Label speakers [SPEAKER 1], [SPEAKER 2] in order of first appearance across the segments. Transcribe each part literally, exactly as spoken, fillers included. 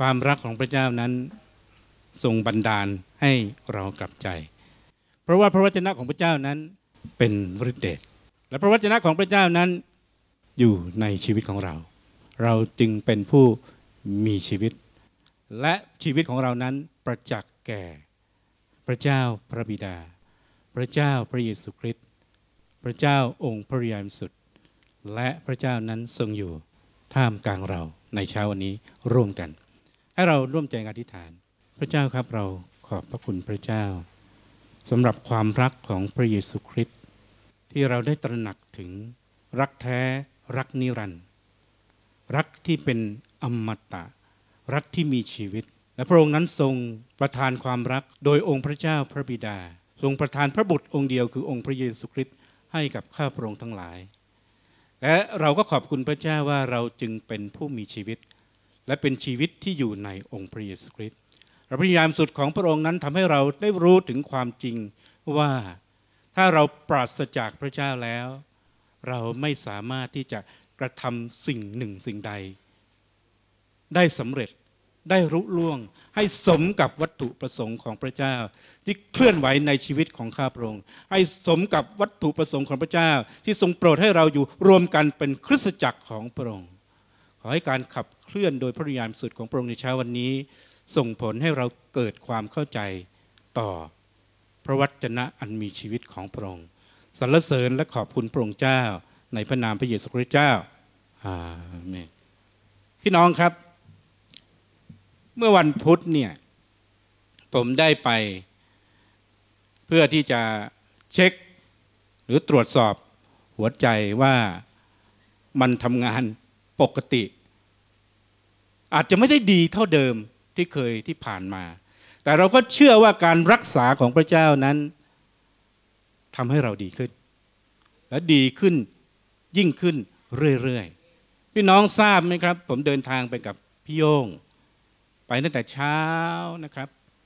[SPEAKER 1] ความรักของพระเจ้านั้นทรงบันดาลให้เรากลับใจเพราะว่าพระวจนะของพระเจ้านั้นเป็นฤทธิ์เดชและพระวจนะของพระเจ้านั้นอยู่ในชีวิตของเราเราจึงเป็นผู้มีชีวิตและชีวิตของเรานั้นประจักษ์แก่พระเจ้าพระบิดาพระเจ้าพระเยซูคริสต์พระเจ้าองค์พระยานสุดและพระเจ้านั้นทรงอยู่ท่ามกลางเราในเช้าวันนี้ร่วมกันให้เราร่วมใจอธิษฐานพระเจ้าครับเราขอบพระคุณพระเจ้าสำหรับความรักของพระเยซูคริสต์ที่เราได้ตระหนักถึงรักแท้รักนิรันดร์รักที่เป็นอมตะรักที่มีชีวิตและพระองค์นั้นทรงประทานความรักโดยองค์พระเจ้าพระบิดาทรงประทานพระบุตรองค์เดียวคือองค์พระเยซูคริสต์ให้กับข้าพระองค์ทั้งหลายและเราก็ขอบคุณพระเจ้าว่าเราจึงเป็นผู้มีชีวิตและเป็นชีวิตที่อยู่ในองค์พระเยซูคริสต์พระยานสุดของพระองค์นั้นทำให้เราได้รู้ถึงความจริงว่าถ้าเราปราศจากพระเจ้าแล้วเราไม่สามารถที่จะกระทำสิ่งหนึ่งสิ่งใดได้สำเร็จได้รุล่วงให้สมกับวัตถุประสงค์ของพระเจ้าที่เคลื่อนไหวในชีวิตของข้าพระองค์ให้สมกับวัตถุประสงค์ของพระเจ้าที่ทรงโปรดให้เราอยู่รวมกันเป็นคริสตจักรของพระองค์ขอให้การขับเคลื่อนโดยพระวิญญาณบริสุทธิ์ของพระองค์ในเช้าวันนี้ส่งผลให้เราเกิดความเข้าใจต่อพระวจนะอันมีชีวิตของพระองค์สรรเสริญและขอบคุณพระองค์เจ้าในพระนามพระเยซูคริสต์เจ้าอาเมนพี่น้องครับเมื่อวันพุธเนี่ยผมได้ไปเพื่อที่จะเช็คหรือตรวจสอบหัวใจว่ามันทำงานปกติอาจจะไม่ได้ดีเท่าเดิมที่เคยที่ผ่านมาแต่เราก็เชื่อว่าการรักษาของพระเจ้านั้นทำให้เราดีขึ้นและดีขึ้นยิ่งขึ้นเรื่อยๆพี่น้องทราบไหมครับผมเดินทางไปกับพี่โย่งไปตั้งแต่เช้านะครับ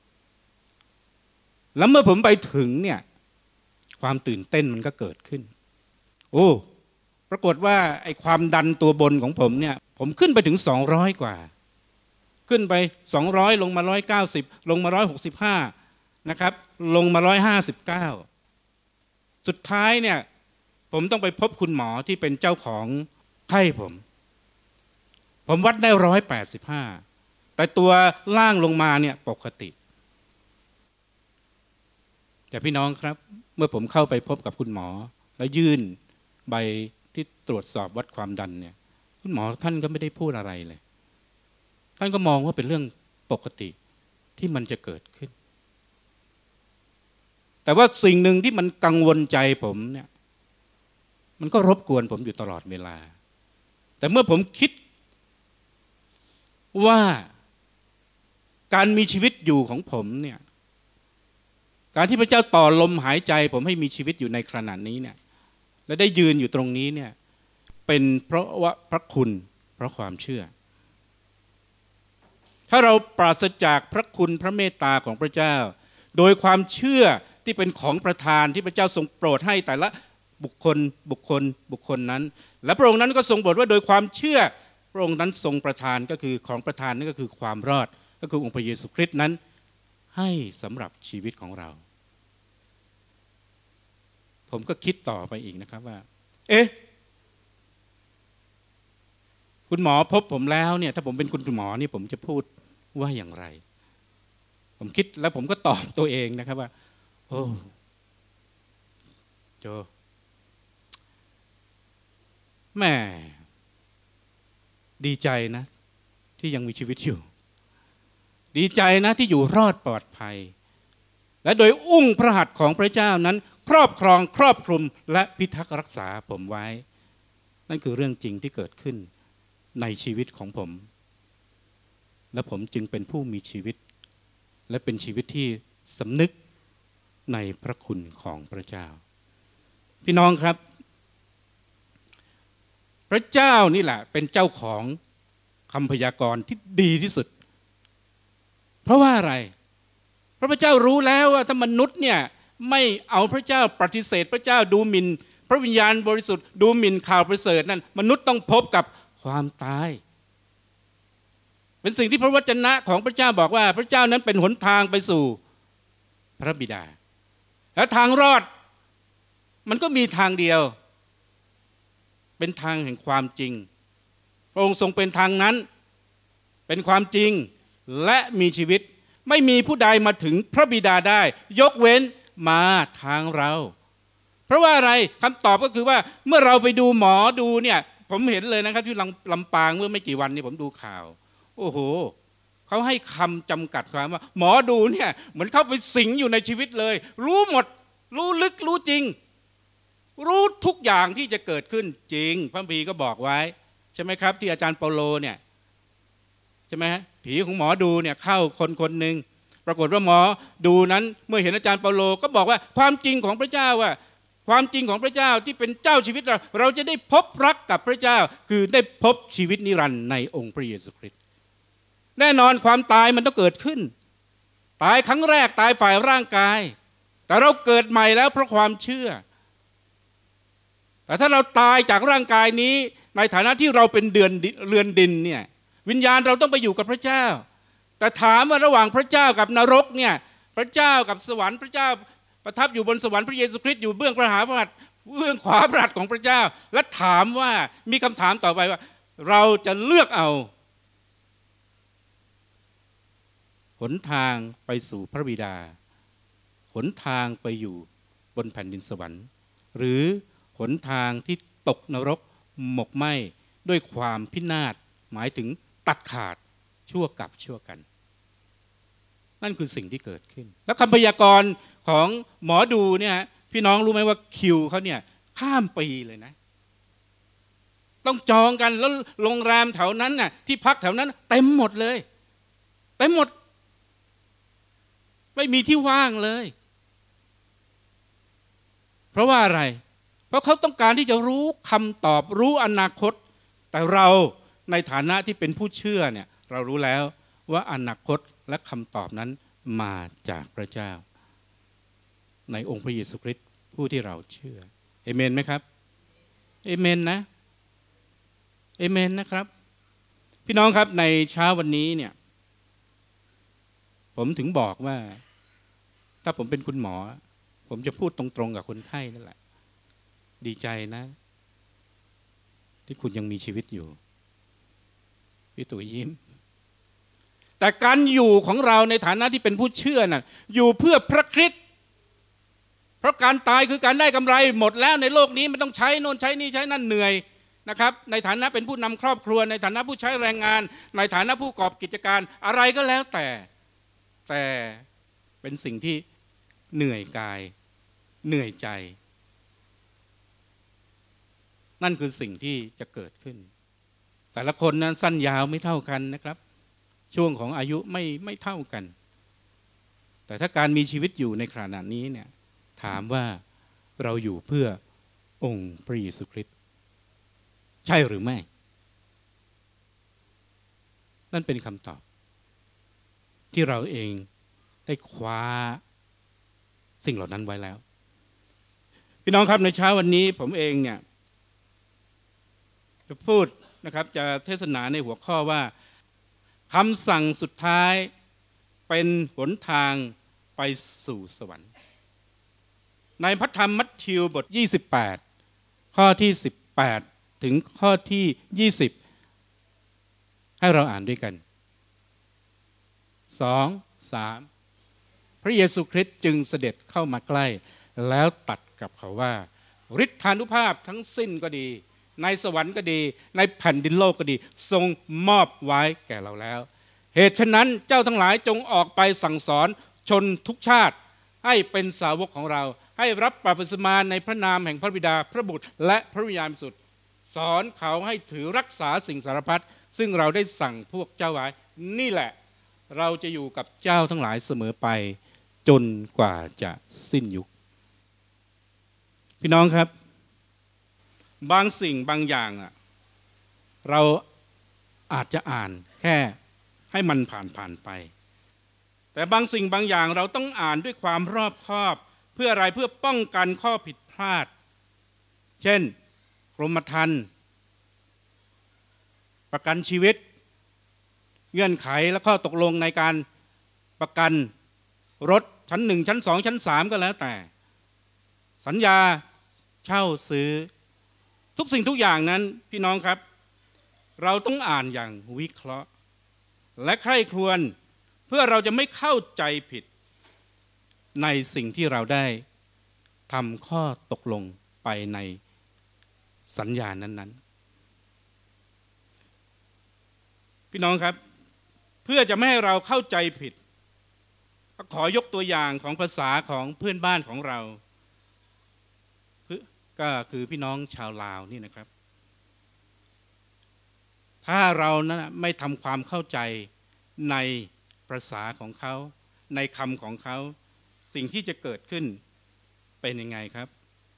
[SPEAKER 1] แล้วเมื่อผมไปถึงเนี่ยความตื่นเต้นมันก็เกิดขึ้นโอ้ปรากฏว่าไอ้ความดันตัวบนของผมเนี่ยผมขึ้นไปถึงสองร้อยกว่าขึ้นไปสองร้อยลงมาหนึ่งร้อยเก้าสิบลงมาหนึ่งร้อยหกสิบห้านะครับลงมาหนึ่งร้อยห้าสิบเก้าสุดท้ายเนี่ยผมต้องไปพบคุณหมอที่เป็นเจ้าของไข้ผมผมวัดได้หนึ่งร้อยแปดสิบห้าแต่ตัวล่างลงมาเนี่ยปกติแต่พี่น้องครับเมื่อผมเข้าไปพบกับคุณหมอแล้วยื่นใบที่ตรวจสอบวัดความดันเนี่ยคุณหมอท่านก็ไม่ได้พูดอะไรเลยท่านก็มองว่าเป็นเรื่องปกติที่มันจะเกิดขึ้นแต่ว่าสิ่งหนึ่งที่มันกังวลใจผมเนี่ยมันก็รบกวนผมอยู่ตลอดเวลาแต่เมื่อผมคิดว่าการมีชีวิตอยู่ของผมเนี่ยการที่พระเจ้าต่อลมหายใจผมให้มีชีวิตอยู่ในขณะนี้เนี่ยและได้ยืนอยู่ตรงนี้เนี่ยเป็นเพราะว่าพระคุณเพราะความเชื่อถ้าเราปราศจากพระคุณพระเมตตาของพระเจ้าโดยความเชื่อที่เป็นของประทานที่พระเจ้าทรงโปรดให้แต่ละบุคคลบุคคลบุคคลนั้นและพระองค์นั้นก็ทรงโปรดว่าโดยความเชื่อพระองค์นั้นทรงประทานก็คือของประทานนั่นก็คือความรอดก็คือองค์พระเยซูคริสต์นั้นให้สำหรับชีวิตของเราผมก็คิดต่อไปอีกนะครับว่าเอ๊ะคุณหมอพบผมแล้วเนี่ยถ้าผมเป็นคุณหมอนี่ผมจะพูดว่าอย่างไรผมคิดแล้วผมก็ตอบตัวเองนะครับว่าโอ้โจแม่ดีใจนะที่ยังมีชีวิตอยู่ดีใจนะที่อยู่รอดปลอดภัยและโดยอุ้งพระหัตถ์ของพระเจ้านั้นครอบครองครอบคลุมและพิทักษ์รักษาผมไว้นั่นคือเรื่องจริงที่เกิดขึ้นในชีวิตของผมและผมจึงเป็นผู้มีชีวิตและเป็นชีวิตที่สำนึกในพระคุณของพระเจ้าพี่น้องครับพระเจ้านี่แหละเป็นเจ้าของคำพยากรณ์ที่ดีที่สุดเพราะว่าอะไรเพราะพระเจ้ารู้แล้วว่าถ้ามนุษย์เนี่ยไม่เอาพระเจ้าปฏิเสธพระเจ้าดูหมิ่นพระวิญญาณบริสุทธิ์ดูหมิ่นข่าวประเสริฐนั้นมนุษย์ต้องพบกับความตายพเป็นสิ่งที่พระวจนะของพระเจ้าบอกว่าพระเจ้านั้นเป็นหนทางไปสู่พระบิดาและทางรอดมันก็มีทางเดียวเป็นทางแห่งความจริงพระองค์ทรงเป็นทางนั้นเป็นความจริงและมีชีวิตไม่มีผู้ใดมาถึงพระบิดาได้ยกเว้นมาทางเราเพราะว่าอะไรคำตอบก็คือว่าเมื่อเราไปดูหมอดูเนี่ยผมเห็นเลยนะครับที่ลำปางเมื่อไม่กี่วันนี้ผมดูข่าวโอ้โหเขาให้คำจำกัดความว่าหมอดูเนี่ยเหมือนเข้าไปสิงอยู่ในชีวิตเลยรู้หมดรู้ลึกรู้จริงรู้ทุกอย่างที่จะเกิดขึ้นจริงพระคัมภีร์ก็บอกไว้ใช่ไหมครับที่อาจารย์เปาโลเนี่ยใช่ไหมผีของหมอดูเนี่ยเข้าคนคนหนึ่งปรากฏว่าหมอดูนั้นเมื่อเห็นอาจารย์เปาโลก็บอกว่าความจริงของพระเจ้าว่าความจริงของพระเจ้าที่เป็นเจ้าชีวิตเราเราจะได้พบรักกับพระเจ้าคือได้พบชีวิตนิรันดร์ในองค์พระเยซูคริสต์แน่นอนความตายมันต้องเกิดขึ้นตายครั้งแรกตายฝ่ายร่างกายแต่เราเกิดใหม่แล้วเพราะความเชื่อแต่ถ้าเราตายจากร่างกายนี้ในฐานะที่เราเป็นเดือนเรือนดินเนี่ยวิญญาณเราต้องไปอยู่กับพระเจ้าแต่ถามว่าระหว่างพระเจ้ากับนรกเนี่ยพระเจ้ากับสวรรค์พระเจ้าประทับอยู่บนสวรรค์พระเยซูคริสต์อยู่เบื้องพระหัตถ์พระหัตถ์เบื้องขวาพระหัตถ์ของพระเจ้าและถามว่ามีคำถามต่อไปว่าเราจะเลือกเอาหนทางไปสู่พระบิดาหนทางไปอยู่บนแผ่นดินสวรรค์หรือหนทางที่ตกนรกหมกไหม้ด้วยความพินาศหมายถึงตัดขาดชั่วกับชั่วกันนั่นคือสิ่งที่เกิดขึ้นแล้วคำพยากรณ์ของหมอดูเนี่ยพี่น้องรู้ไหมว่าคิวเขาเนี่ยข้ามปีเลยนะต้องจองกันแล้วโรงแรมแถวนั้นน่ะที่พักแถวนั้นเต็มหมดเลยเต็มหมดไม่มีที่ว่างเลยเพราะว่าอะไรเพราะเขาต้องการที่จะรู้คำตอบรู้อนาคตแต่เราในฐานะที่เป็นผู้เชื่อเนี่ยเรารู้แล้วว่าอนาคตและคำตอบนั้นมาจากพระเจ้าในองค์พระเยซูคริสต์ผู้ที่เราเชื่อเอเมนไหมครับเอเมนนะเอเมนนะครับพี่น้องครับในเช้าวันนี้เนี่ยผมถึงบอกว่าถ้าผมเป็นคุณหมอผมจะพูดตรงๆกับคนไข้นั่นแหละดีใจนะที่คุณยังมีชีวิตอยู่พี่ตู่ยิ้มแต่การอยู่ของเราในฐานะที่เป็นผู้เชื่อน่ะอยู่เพื่อพระคริสต์เพราะการตายคือการได้กำไรหมดแล้วในโลกนี้ไม่ต้องใช้โน่นใช้นี่ใช้นั่นเหนื่อยนะครับในฐานะเป็นผู้นำครอบครัวในฐานะผู้ใช้แรงงานในฐานะผู้ประกอบกิจการอะไรก็แล้วแต่แต่เป็นสิ่งที่เหนื่อยกายเหนื่อยใจนั่นคือสิ่งที่จะเกิดขึ้นแต่ละคนนั้นสั้นยาวไม่เท่ากันนะครับช่วงของอายุไม่ไม่เท่ากันแต่ถ้าการมีชีวิตอยู่ในขณะนี้เนี่ยถามว่าเราอยู่เพื่อองค์พระเยซูคริสต์ใช่หรือไม่นั่นเป็นคำตอบที่เราเองได้คว้าสิ่งเหล่านั้นไว้แล้วพี่น้องครับในเช้าวันนี้ผมเองเนี่ยจะพูดนะครับจะเทศนาในหัวข้อว่าคำสั่งสุดท้ายเป็นหนทางไปสู่สวรรค์ในพระธรรมมัทธิวบทยี่สิบแปดข้อที่สิบแปดถึงข้อที่ยี่สิบให้เราอ่านด้วยกันสอง สามพระเยซูคริสต์จึงเสด็จเข้ามาใกล้แล้วตรัสกับเขาว่าฤทธานุภาพทั้งสิ้นก็ดีในสวรรค์ก็ดีในแผ่นดินโลกก็ดีทรงมอบไว้แก่เราแล้วเหตุฉะนั้นเจ้าทั้งหลายจงออกไปสั่งสอนชนทุกชาติให้เป็นสาวกของเราให้รับบัพติศมาในพระนามแห่งพระบิดาพระบุตรและพระวิญญาณบริสุทธิ์สอนเขาให้ถือรักษาสิ่งสารพัดซึ่งเราได้สั่งพวกเจ้าไว้นี่แหละเราจะอยู่กับเจ้าทั้งหลายเสมอไปจนกว่าจะสิ้นยุคพี่น้องครับบางสิ่งบางอย่างอ่ะเราอาจจะอ่านแค่ให้มันผ่านผ่านไปแต่บางสิ่งบางอย่างเราต้องอ่านด้วยความรอบคอบเพื่ออะไรเพื่อป้องกันข้อผิดพลาดเช่นกรมธรรม์ประกันชีวิตเงื่อนไขและข้อตกลงในการประกันรถชั้นหนึ่งชั้นสองชั้นสามก็แล้วแต่สัญญาเช่าซื้อทุกสิ่งทุกอย่างนั้นพี่น้องครับเราต้องอ่านอย่างวิเคราะห์และใคร่ครวญเพื่อเราจะไม่เข้าใจผิดในสิ่งที่เราได้ทำข้อตกลงไปในสัญญานั้นๆพี่น้องครับเพื่อจะไม่ให้เราเข้าใจผิดก็ขอยกตัวอย่างของภาษาของเพื่อนบ้านของเราก็คือพี่น้องชาวลาวนี่นะครับถ้าเรานะไม่ทำความเข้าใจในภาษาของเขาในคำของเขาสิ่งที่จะเกิดขึ้นเป็นยังไงครับ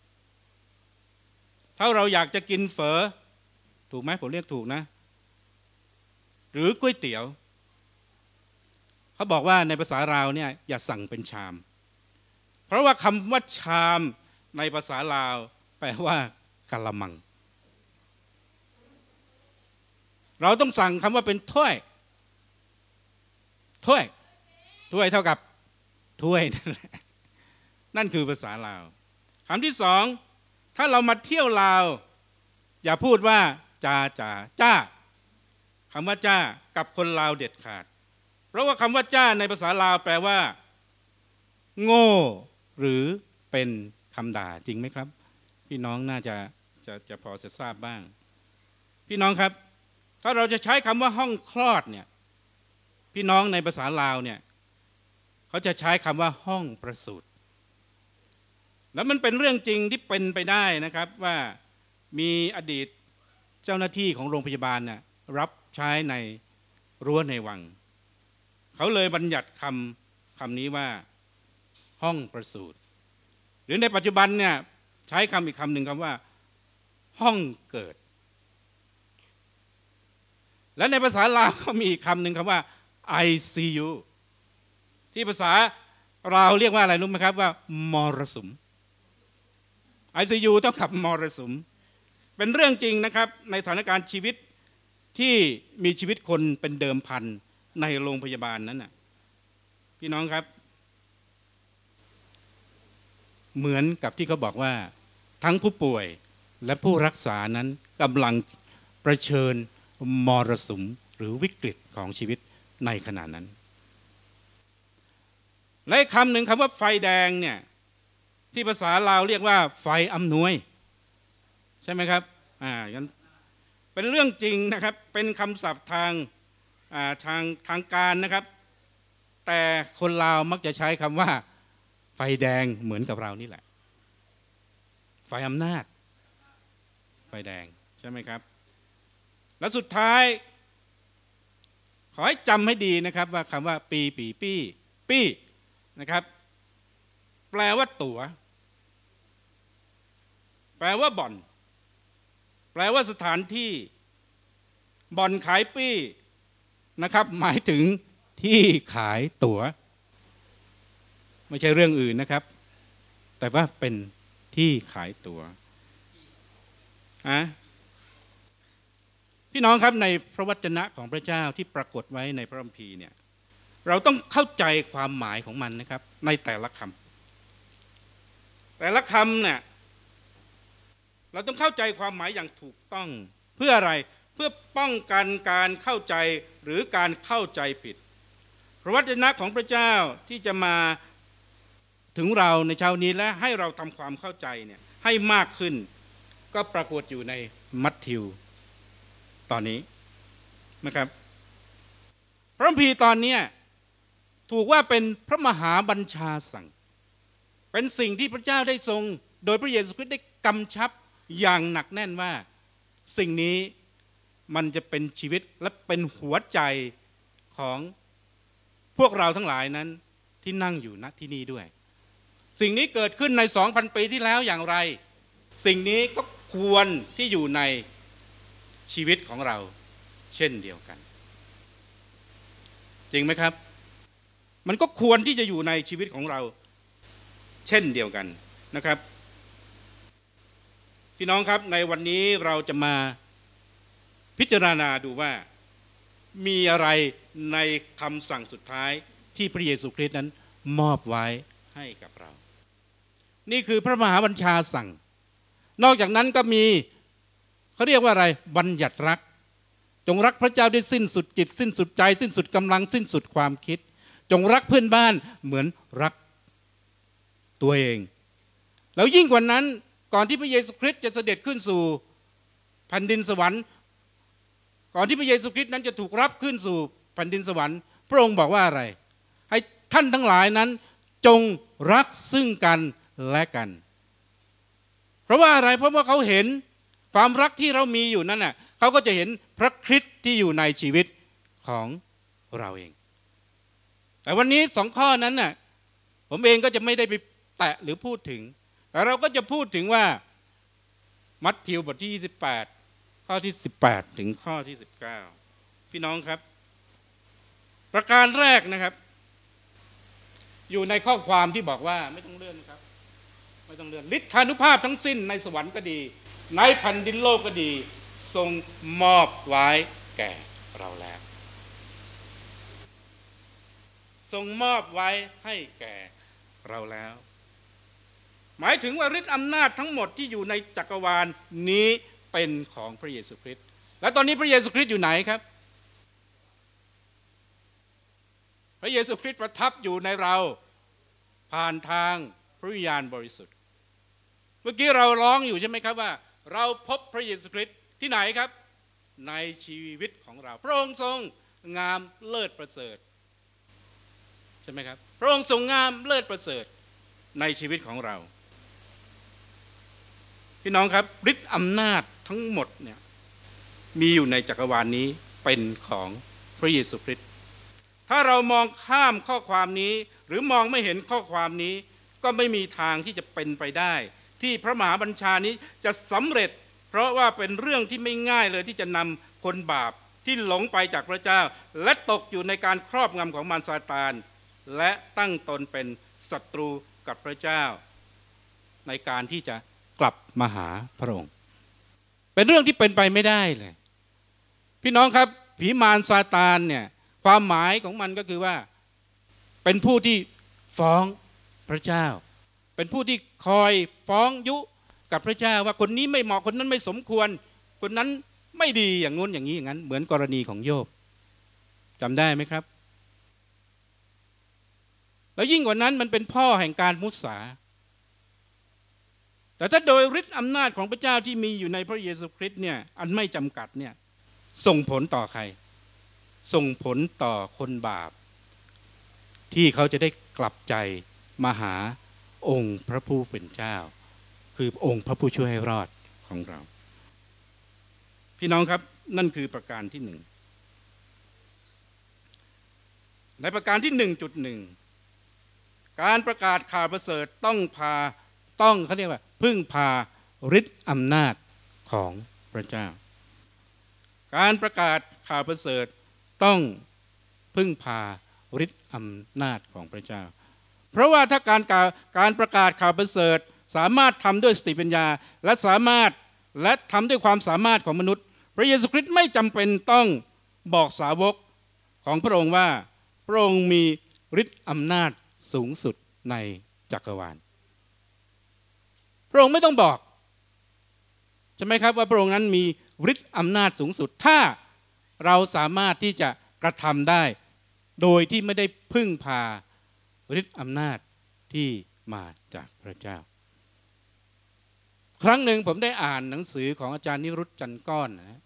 [SPEAKER 1] ถ้าเราอยากจะกินเฝอถูกไหมผมเรียกถูกนะหรือก๋วยเตี๋ยวเขาบอกว่าในภาษาลาวเนี่ยอย่าสั่งเป็นชามเพราะว่าคำว่าชามในภาษาลาวแปลว่ากะละมังเราต้องสั่งคำว่าเป็นถ้วยถ้วยถ้วยเท่ากับถ้วยนั่นแหละนั่นคือภาษาลาวคำที่สองถ้าเรามาเที่ยวลาวอย่าพูดว่าจ้าจ้าจ้าคำว่าจ้ากับคนลาวเด็ดขาดเพราะว่าคำว่าจ้าในภาษาลาวแปลว่าโง่หรือเป็นคำด่าจริงไหมครับพี่น้องน่าจะจะจะพอจะทราบบ้างพี่น้องครับถ้าเราจะใช้คำว่าห้องคลอดเนี่ยพี่น้องในภาษาลาวเนี่ยเขาจะใช้คำว่าห้องประสูติแล้วมันเป็นเรื่องจริงที่เป็นไปได้นะครับว่ามีอดีตเจ้าหน้าที่ของโรงพยาบาลน่ะรับใช้ในรั้วในวังเขาเลยบัญญัติคำคำนี้ว่าห้องประสูติหรือในปัจจุบันเนี่ยใช้คำอีกคำหนึ่งคำว่าห้องเกิดและในภาษาลาวเขามีอีกคำหนึ่งคำว่า ไอ ซี ยู ที่ภาษาเราเรียกว่าอะไรรู้ไหมครับว่ามรสุม ไอ ซี ยู เท่ากับมรสุมเป็นเรื่องจริงนะครับในสถานการณ์ชีวิตที่มีชีวิตคนเป็นเดิมพันในโรงพยาบาลนั้นน่ะพี่น้องครับเหมือนกับที่เขาบอกว่าทั้งผู้ป่วยและผู้รักษานั้นกำลังเผชิญมรสุมหรือวิกฤตของชีวิตในขณะนั้นและคำหนึ่งคำว่าไฟแดงเนี่ยที่ภาษาลาวเรียกว่าไฟอำนวยใช่ไหมครับอ่างั้นเป็นเรื่องจริงนะครับเป็นคำศัพท์ทางอ่าทางทางการนะครับแต่คนลาวมักจะใช้คำว่าไฟแดงเหมือนกับเรานี่แหละไฟอำนาจไฟแดงใช่ไหมครับและสุดท้ายขอให้จำให้ดีนะครับว่าคำว่าปีปีปี้ปี้นะครับแปลว่าตั๋วแปลว่าบ่อนแปลว่าสถานที่บ่อนขายปี้นะครับหมายถึงที่ขายตั๋วไม่ใช่เรื่องอื่นนะครับแต่ว่าเป็นที่ขายตั๋วอะพี่น้องครับในพระวจนะของพระเจ้าที่ปรากฏไว้ในพระคัมภีร์เนี่ยเราต้องเข้าใจความหมายของมันนะครับในแต่ละคำแต่ละคำเนี่ยเราต้องเข้าใจความหมายอย่างถูกต้องเพื่ออะไรเพื่อป้องกันการเข้าใจหรือการเข้าใจผิดพระวจนะของพระเจ้าที่จะมาถึงเราในเช้านี้และให้เราทำความเข้าใจเนี่ยให้มากขึ้นก็ปรากฏอยู่ในมัทธิวตอนนี้นะครับพระคัมภีร์ตอนนี้ถูกว่าเป็นพระมหาบัญชาสั่งเป็นสิ่งที่พระเจ้าได้ทรงโดยพระเยซูคริสต์ได้กำชับอย่างหนักแน่นว่าสิ่งนี้มันจะเป็นชีวิตและเป็นหัวใจของพวกเราทั้งหลายนั้นที่นั่งอยู่ณที่นี่ด้วยสิ่งนี้เกิดขึ้นใน สองพัน ปีที่แล้วอย่างไรสิ่งนี้ก็ควรที่อยู่ในชีวิตของเราเช่นเดียวกันจริงไหมครับมันก็ควรที่จะอยู่ในชีวิตของเราเช่นเดียวกันนะครับพี่น้องครับในวันนี้เราจะมาพิจารณาดูว่ามีอะไรในคำสั่งสุดท้ายที่พระเยซูคริสต์นั้นมอบไว้ให้กับเรานี่คือพระมหาบัญชาสั่งนอกจากนั้นก็มีเขาเรียกว่าอะไรบัญญัติรักจงรักพระเจ้าด้วยสิ้นสุดจิตสิ้นสุดใจสิ้นสุดกำลังสิ้นสุดความคิดจงรักเพื่อนบ้านเหมือนรักตัวเองแล้วยิ่งกว่านั้นก่อนที่พระเยซูคริสต์จะเสด็จขึ้นสู่แผ่นดินสวรรค์ก่อนที่พระเยซูคริสต์นั้นจะถูกรับขึ้นสู่แผ่นดินสวรรค์พระองค์บอกว่าอะไรให้ท่านทั้งหลายนั้นจงรักซึ่งกันและกันเพราะว่าอะไรเพราะว่าเขาเห็นความรักที่เรามีอยู่นั่นน่ะเขาก็จะเห็นพระคริสต์ที่อยู่ในชีวิตของเราเองแต่วันนี้สองข้อนั้นน่ะผมเองก็จะไม่ได้ไปแตะหรือพูดถึงแต่เราก็จะพูดถึงว่ามัทธิวบทที่ยี่สิบแปดข้อที่สิบแปดถึงข้อที่สิบเก้าพี่น้องครับประการแรกนะครับอยู่ในข้อความที่บอกว่าไม่ต้องเลื่อนครับไม่ต้องเลื่อนฤทธานุภาพทั้งสิ้นในสวรรค์ก็ดีในแผ่นดินโลกก็ดีทรงมอบไว้แก่เราแล้วทรงมอบไว้ให้แก่เราแล้วหมายถึงว่าฤทธิ์อำนาจทั้งหมดที่อยู่ในจักรวาลนี้เป็นของพระเยซูคริสต์และตอนนี้พระเยซูคริสต์อยู่ไหนครับพระเยซูคริสต์ประทับอยู่ในเราผ่านทางพระวิญญาณบริสุทธิ์เมื่อกี้เราร้องอยู่ใช่ไหมครับว่าเราพบพระเยซูคริสต์ที่ไหนครับในชีวิตของเราพระองค์ทรงงามเลิศประเสริฐใช่ไหมครับพระองค์ทรงงามเลิศประเสริฐในชีวิตของเราพี่น้องครับฤทธิ์อำนาจทั้งหมดเนี่ยมีอยู่ในจักรวาลนี้เป็นของพระเยซูคริสต์ถ้าเรามองข้ามข้อความนี้หรือมองไม่เห็นข้อความนี้ก็ไม่มีทางที่จะเป็นไปได้ที่พระมหาบัญชานี้จะสำเร็จเพราะว่าเป็นเรื่องที่ไม่ง่ายเลยที่จะนำคนบาปที่หลงไปจากพระเจ้าและตกอยู่ในการครอบงำของมารซาตานและตั้งตนเป็นศัตรูกับพระเจ้าในการที่จะกลับมาหาพระองค์เป็นเรื่องที่เป็นไปไม่ได้เลยพี่น้องครับผีมารซาตานเนี่ยความหมายของมันก็คือว่าเป็นผู้ที่ฟ้องพระเจ้าเป็นผู้ที่คอยฟ้องยุกับพระเจ้าว่าคนนี้ไม่เหมาะคนนั้นไม่สมควรคนนั้นไม่ดีอย่างงู้นอย่างนี้อย่างนั้นเหมือนกรณีของโยบจำได้ไหมครับแล้วยิ่งกว่านั้นมันเป็นพ่อแห่งการมุสาแต่ถ้าโดยฤทธิ์อำนาจของพระเจ้าที่มีอยู่ในพระเยซูคริสต์เนี่ยอันไม่จำกัดเนี่ยส่งผลต่อใครส่งผลต่อคนบาปที่เขาจะได้กลับใจมาหาองค์พระผู้เป็นเจ้าคือองค์พระผู้ช่วยให้รอดของเราพี่น้องครับนั่นคือประการที่หนึ่งในประการที่ หนึ่งจุดหนึ่ง การประกาศข่าวประเสริฐต้องพาต้องเขาเรียกว่าพึ่งพาฤทธิ์อำนาจของพระเจ้าการประกาศข่าวประเสริฐต้องพึ่งพาฤทธิ์อำนาจของพระเจ้าเพราะว่าถ้าการการประกาศข่าวประเสริฐสามารถทำด้วยสติปัญญาและสามารถและทำด้วยความสามารถของมนุษย์พระเยซูคริสต์ไม่จำเป็นต้องบอกสาวกของพระองค์ว่าพระองค์มีฤทธิ์อำนาจสูงสุดในจักรวาลพระองค์ไม่ต้องบอกใช่ไหมครับว่าพระองค์นั้นมีฤทธิ์อำนาจสูงสุดถ้าเราสามารถที่จะกระทำได้โดยที่ไม่ได้พึ่งพาฤทธิ์อำนาจที่มาจากพระเจ้าครั้งหนึ่งผมได้อ่านหนังสือของอาจารย์นิรุตจันทร์ก้อนนะ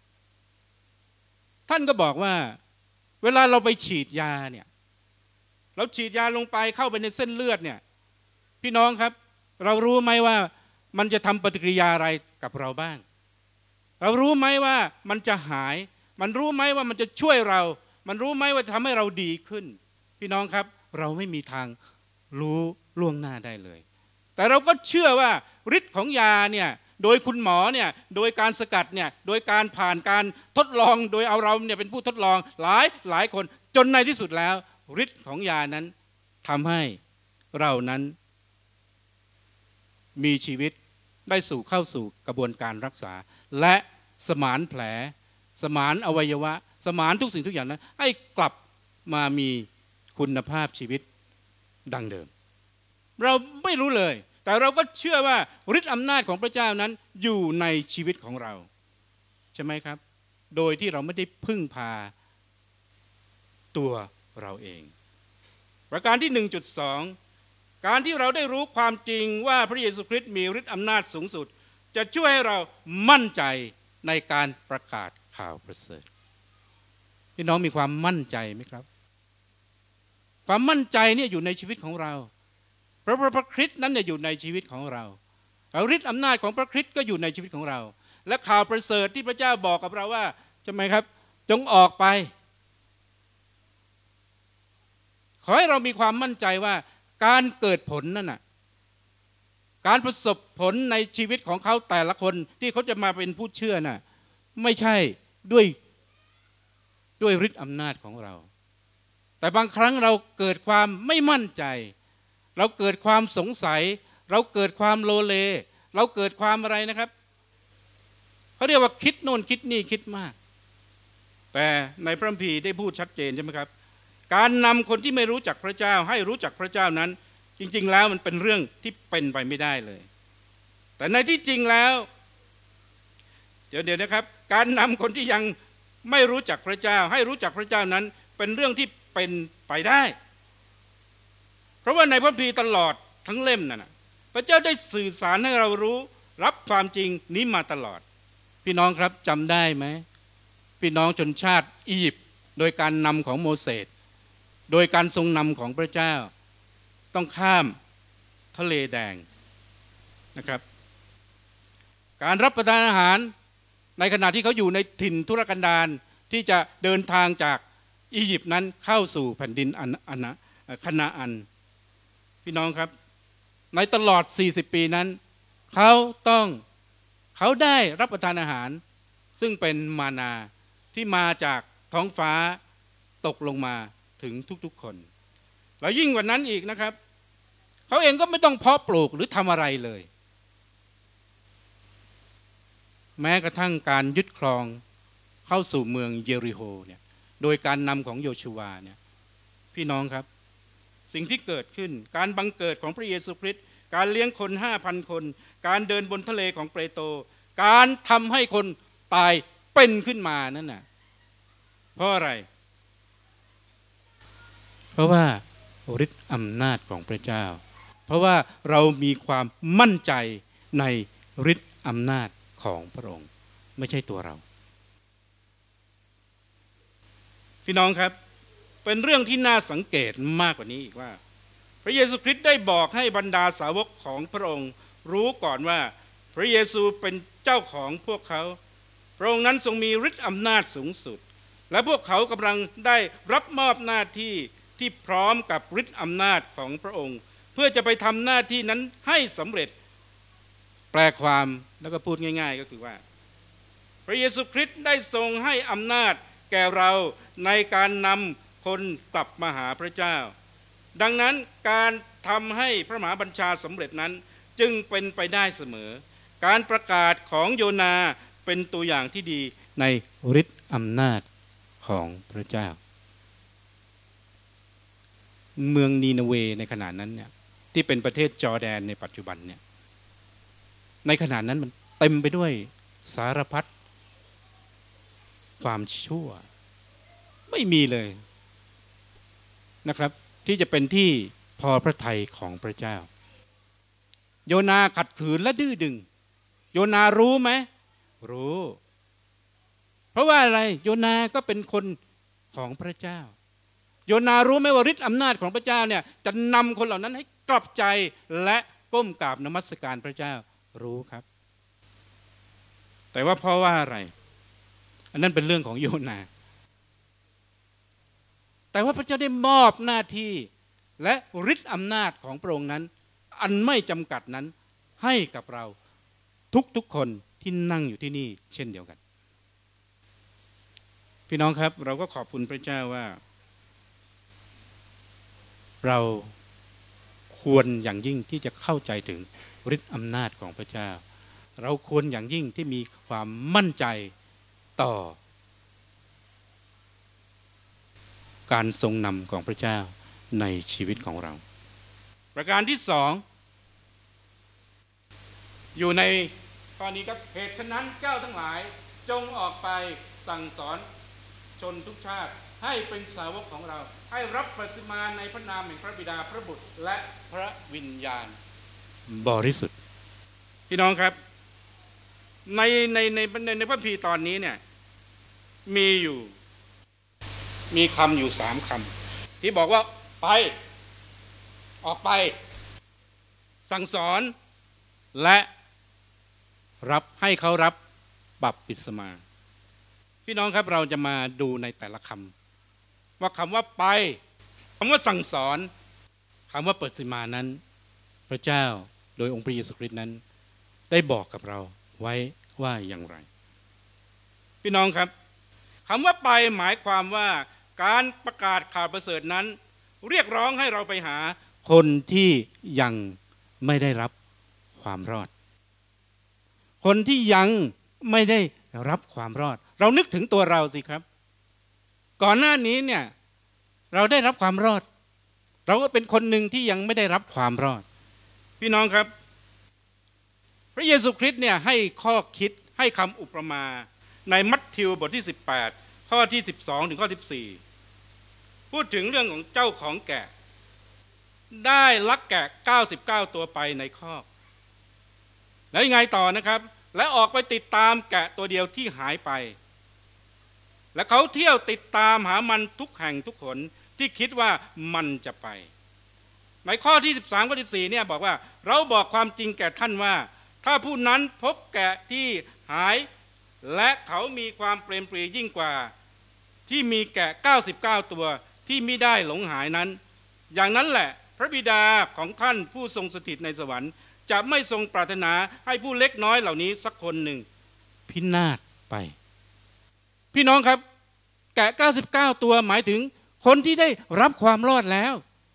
[SPEAKER 1] ท่านก็บอกว่าเวลาเราไปฉีดยาเนี่ยเราฉีดยาลงไปเข้าไปในเส้นเลือดเนี่ยพี่น้องครับเรารู้ไหมว่ามันจะทำปฏิกิริยาอะไรกับเราบ้างเรารู้ไหมว่ามันจะหายมันรู้ไหมว่ามันจะช่วยเรามันรู้ไหมว่าจะทำให้เราดีขึ้นพี่น้องครับเราไม่มีทางรู้ล่วงหน้าได้เลยแต่เราก็เชื่อว่าฤทธิ์ของยาเนี่ยโดยคุณหมอเนี่ยโดยการสกัดเนี่ยโดยการผ่านการทดลองโดยเอาเราเนี่ยเป็นผู้ทดลองหลายหลายคนจนในที่สุดแล้วฤทธิ์ของยานั้นทำให้เรานั้นมีชีวิตได้สู่เข้าสู่กระบวนการรักษาและสมานแผลสมานอวัยวะสมานทุกสิ่งทุกอย่างนั้นให้กลับมามีคุณภาพชีวิตดังเดิมเราไม่รู้เลยแต่เราก็เชื่อว่าฤทธิ์อำนาจของพระเจ้านั้นอยู่ในชีวิตของเราใช่ไหมครับโดยที่เราไม่ได้พึ่งพาตัวเราเองประการที่ หนึ่งจุดสอง การที่เราได้รู้ความจริงว่าพระเยซูคริสต์มีฤทธิ์อำนาจสูงสุดจะช่วยให้เรามั่นใจในการประกาศข่าวประเสริฐพี่น้องมีความมั่นใจไหมครับความมั่นใจเนี่ยอยู่ในชีวิตของเราเพราะพระคริสต์นั้นเนี่ยอยู่ในชีวิตของเราฤทธิ์อำนาจของพระคริสต์ก็อยู่ในชีวิตของเราและข่าวประเสริฐที่พระเจ้าบอกกับเราว่าใช่ไหมครับจงออกไปขอให้เรามีความมั่นใจว่าการเกิดผลนั่นน่ะการประสบผลในชีวิตของเขาแต่ละคนที่เขาจะมาเป็นผู้เชื่อน่ะไม่ใช่ด้วยด้วยฤทธิ์อำนาจของเราแต่บางครั้งเราเกิดความไม่มั่นใจเราเกิดความสงสัยเราเกิดความโลเลเราเกิดความอะไรนะครับเขาเรียกว่าคิดโน่นคิดนี่คิดมากแต่ในพระคัมภีร์ได้พูดชัดเจนใช่ไหมครับการนำคนที่ไม่รู้จักพระเจ้าให้รู้จักพระเจ้านั้นจริงๆแล้วมันเป็นเรื่องที่เป็นไปไม่ได้เลยแต่ในที่จริงแล้วเดี๋ยวเดี๋ยวนะครับการนำคนที่ยังไม่รู้จักพระเจ้าให้รู้จักพระเจ้านั้นเป็นเรื่องที่เป็นไปได้เพราะว่าในพระคัมภีร์ตลอดทั้งเล่มนั่นนะพระเจ้าได้สื่อสารให้เรารู้รับความจริงนี้มาตลอดพี่น้องครับจำได้ไหมพี่น้องชนชาติอียิปต์โดยการนำของโมเสสโดยการทรงนำของพระเจ้าต้องข้ามทะเลแดงนะครับการรับประทานอาหารในขณะที่เขาอยู่ในถิ่นทุรกันดารที่จะเดินทางจากอียิปต์นั้นเข้าสู่แผ่นดินอันอันคานาอันพี่น้องครับในตลอดสี่สิบปีนั้นเขาต้องเขาได้รับประทานอาหารซึ่งเป็นมานาที่มาจากท้องฟ้าตกลงมาถึงทุกๆคนแล้วยิ่งกว่านั้นอีกนะครับเขาเองก็ไม่ต้องเพาะปลูกหรือทำอะไรเลยแม้กระทั่งการยึดครองเข้าสู่เมืองเยริโฮเนี่ยโดยการนำของโยชูวาเนี่ยพี่น้องครับสิ่งที่เกิดขึ้นการบังเกิดของพระเยซูคริสต์การเลี้ยงคน ห้าพัน คนการเดินบนทะเลของเปโตรการทำให้คนตายเป็นขึ้นมานั่นน่ะเพราะอะไรเพราะว่าฤทธิ์อำนาจของพระเจ้าเพราะว่าเรามีความมั่นใจในฤทธิ์อำนาจของพระองค์ไม่ใช่ตัวเราพี่น้องครับเป็นเรื่องที่น่าสังเกตมากกว่านี้อีกว่าพระเยซูคริสต์ได้บอกให้บรรดาสาวกของพระองค์รู้ก่อนว่าพระเยซูเป็นเจ้าของพวกเขาพระองค์นั้นทรงมีฤทธิ์อำนาจสูงสุดและพวกเขากำลังได้รับมอบหน้าที่ที่พร้อมกับฤทธิ์อำนาจของพระองค์เพื่อจะไปทำหน้าที่นั้นให้สำเร็จแปลความแล้วก็พูดง่ายๆก็คือว่าพระเยซูคริสต์ได้ทรงให้อำนาจแก่เราในการนำคนกลับมาหาพระเจ้าดังนั้นการทำให้พระมหาบัญชาสำเร็จนั้นจึงเป็นไปได้เสมอการประกาศของโยนาเป็นตัวอย่างที่ดีในฤทธิ์อำนาจของพระเจ้าเมืองนีนาเวในขณะนั้นเนี่ยที่เป็นประเทศจอร์แดนในปัจจุบันเนี่ยในขณะนั้นมันเต็มไปด้วยสารพัดความชั่วไม่มีเลยนะครับที่จะเป็นที่พอพระทัยของพระเจ้าโยนาขัดขืนและดื้อดึงโยนารู้ไหมรู้เพราะว่าอะไรโยนาก็เป็นคนของพระเจ้าโยนารู้ไหมว่าฤทธิ์อำนาจของพระเจ้าเนี่ยจะนำคนเหล่านั้นให้กลับใจและก้มกราบนมัสการพระเจ้ารู้ครับแต่ว่าเพราะว่าอะไรอันนั้นเป็นเรื่องของโยนาแต่ว่าพระเจ้าได้มอบหน้าที่และฤทธิ์อำนาจของพระองค์นั้นอันไม่จำกัดนั้นให้กับเราทุกๆคนที่นั่งอยู่ที่นี่เช่นเดียวกันพี่น้องครับเราก็ขอบคุณพระเจ้าว่าเราควรอย่างยิ่งที่จะเข้าใจถึงฤทธิ์อำนาจของพระเจ้าเราควรอย่างยิ่งที่มีความมั่นใจต่อการทรงนำของพระเจ้าในชีวิตของเราประการที่สองอยู่ในข้อนี้ครับเหตุฉะนั้นเจ้าทั้งหลายจงออกไปสั่งสอนชนทุกชาติให้เป็นสาวกของเราให้รับบัพติศมาในพระนามแห่งพระบิดาพระบุตรและพระวิญญาณบริสุทธิ์พี่น้องครับในในในในในพระคัมภีร์ตอนนี้เนี่ยมีอยู่มีคำอยู่สามคำที่บอกว่าไปออกไปสั่งสอนและรับให้เขารับบัพติศมาพี่น้องครับเราจะมาดูในแต่ละคำว่าคำว่าไปคำว่าสั่งสอนคำว่าเปิดสิมานั้นพระเจ้าโดยองค์พระเยซูคริสต์นั้นได้บอกกับเราไว้ว่าอย่างไรพี่น้องครับคำว่าไปหมายความว่าการประกาศข่าวประเสริฐนั้นเรียกร้องให้เราไปหาคนที่ยังไม่ได้รับความรอดคนที่ยังไม่ได้รับความรอดเรานึกถึงตัวเราสิครับก่อนหน้านี้เนี่ยเราได้รับความรอดเราก็เป็นคนหนึ่งที่ยังไม่ได้รับความรอดพี่น้องครับพระเยซูคริสต์เนี่ยให้ข้อคิดให้คำอุปมาในมัทธิวบทที่สิบแปดข้อที่สิบสองถึงข้อสิบสี่พูดถึงเรื่องของเจ้าของแกะได้ลักแกะเก้าสิบเก้าตัวไปในคอกแล้วยังไงต่อนะครับและออกไปติดตามแกะตัวเดียวที่หายไปและเขาเที่ยวติดตามหามันทุกแห่งทุกหนที่คิดว่ามันจะไปในข้อที่สิบสามข้อสิบสี่เนี่ยบอกว่าเราบอกความจริงแก่ท่านว่าถ้าผู้นั้นพบแกะที่หายและเขามีความเปรมปรียิ่งกว่าที่มีแกะเก้าสิบเก้าตัวที่ไม่ได้หลงหายนั้นอย่างนั้นแหละพระบิดาของท่านผู้ทรงสถิตในสวรรค์จะไม่ทรงปรารถนาให้ผู้เล็กน้อยเหล่านี้สักคนหนึ่งพินาศไปพี่น้องครับแกะเก้าสิบเก้าตัวหมายถึงคนที่ได้รับความรอดแล้ว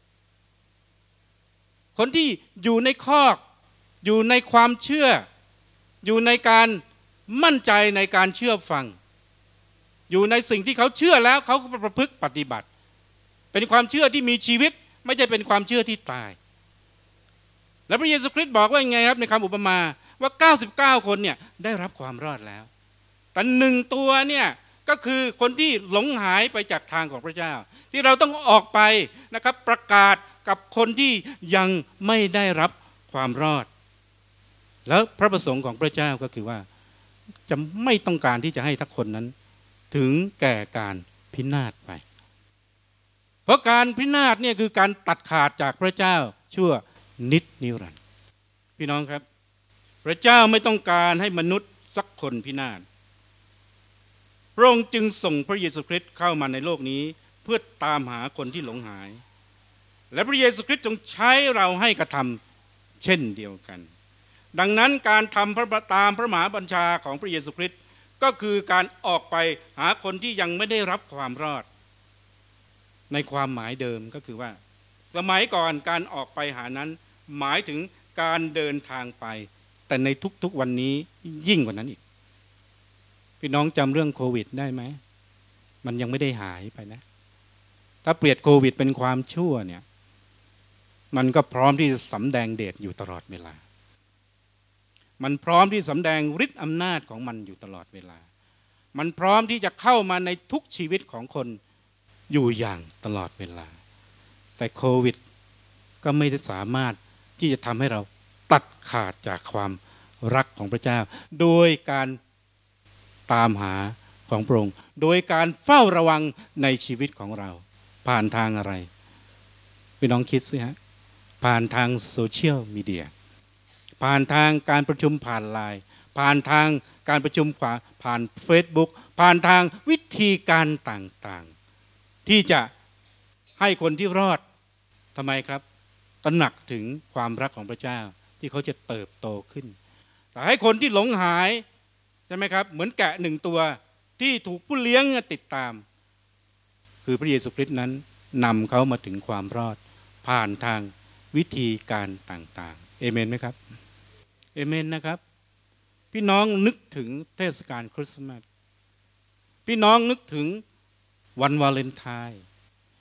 [SPEAKER 1] คนที่อยู่ในคอกอยู่ในความเชื่ออยู่ในการมั่นใจในการเชื่อฟังอยู่ในสิ่งที่เขาเชื่อแล้วเขาก็ประพฤติปฏิบัติเป็นความเชื่อที่มีชีวิตไม่ใช่เป็นความเชื่อที่ตายแล้วพระเยซูคริสต์บอกว่ายังไงครับในคำอุปมาว่าเก้าสิบเก้าคนเนี่ยได้รับความรอดแล้วแต่หนึ่งตัวเนี่ยก็คือคนที่หลงหายไปจากทางของพระเจ้าที่เราต้องออกไปนะครับประกาศกับคนที่ยังไม่ได้รับความรอดแล้วพระประสงค์ของพระเจ้าก็คือว่าจะไม่ต้องการที่จะให้ทุกคนนั้นถึงแก่การพินาศไปเพราะการพินาศเนี่ยคือการตัดขาดจากพระเจ้าชั่วนิจนิรันดร์พี่น้องครับพระเจ้าไม่ต้องการให้มนุษย์สักคนพินาศพระองค์จึงส่งพระเยซูคริสต์เข้ามาในโลกนี้เพื่อตามหาคนที่หลงหายและพระเยซูคริสต์จงใช้เราให้กระทำเช่นเดียวกันดังนั้นการทำพระตามพระมหาบัญชาของพระเยซูคริสต์ก็คือการออกไปหาคนที่ยังไม่ได้รับความรอดในความหมายเดิมก็คือว่าสมัยก่อนการออกไปหานั้นหมายถึงการเดินทางไปแต่ในทุกๆวันนี้ยิ่งกว่านั้นอีกพี่น้องจำเรื่องโควิดได้ไหมมันยังไม่ได้หายไปนะถ้าเปรียบโควิดเป็นความชั่วเนี่ยมันก็พร้อมที่จะสำแดงเดชอยู่ตลอดเวลามันพร้อมที่สำแดงฤทธิ์อำนาจของมันอยู่ตลอดเวลามันพร้อมที่จะเข้ามาในทุกชีวิตของคนอยู่อย่างตลอดเวลาแต่โควิดก็ไม่ได้สามารถที่จะทำให้เราตัดขาดจากความรักของพระเจ้าโดยการตามหาของพระองค์โดยการเฝ้าระวังในชีวิตของเราผ่านทางอะไรพี่น้องคิดสิฮะผ่านทางโซเชียลมีเดียผ่านทางการประชุมผ่านไลน์ผ่านทางการประชุมผ่าน Facebook ผ่านทางวิธีการต่างๆที่จะให้คนที่รอดทำไมครับตระหนักถึงความรักของพระเจ้าที่เขาจะเติบโตขึ้นแต่ให้คนที่หลงหายใช่ไหมครับเหมือนแกะหนึ่งตัวที่ถูกผู้เลี้ยงติดตามคือพระเยซูคริสต์นั้นนำเขามาถึงความรอดผ่านทางวิธีการต่างๆเอเมนไหมครับเอเมนนะครับพี่น้องนึกถึงเทศกาลคริสต์มาสพี่น้องนึกถึงวันวาเลนไทน์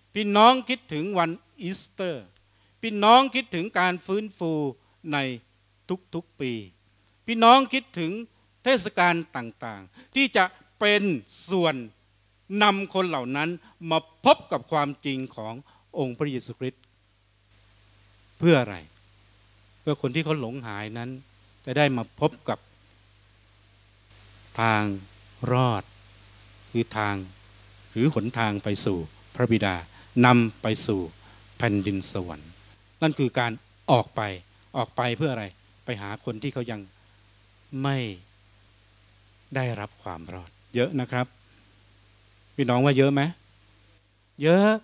[SPEAKER 1] พี่น้องคิดถึงวันอีสเตอร์พี่น้องคิดถึงการฟื้นฟูในทุกๆปีพี่น้องคิดถึงเทศกาลต่างๆที่จะเป็นส่วนนำคนเหล่านั้นมาพบกับความจริงขององค์พระเยซูคริสต์เพื่ออะไรเพื่อคนที่เขาหลงหายนั้นจะได้มาพบกับทางรอดคือทางหรือหนทางไปสู่พระบิดานำไปสู่แผ่นดินสวรรค์นั่นคือการออกไปออกไปเพื่ออะไรไปหาคนที่เขายังไม่ได้รับความรอดเยอะนะครับพี่น้องว่าเยอะไหมเยอะ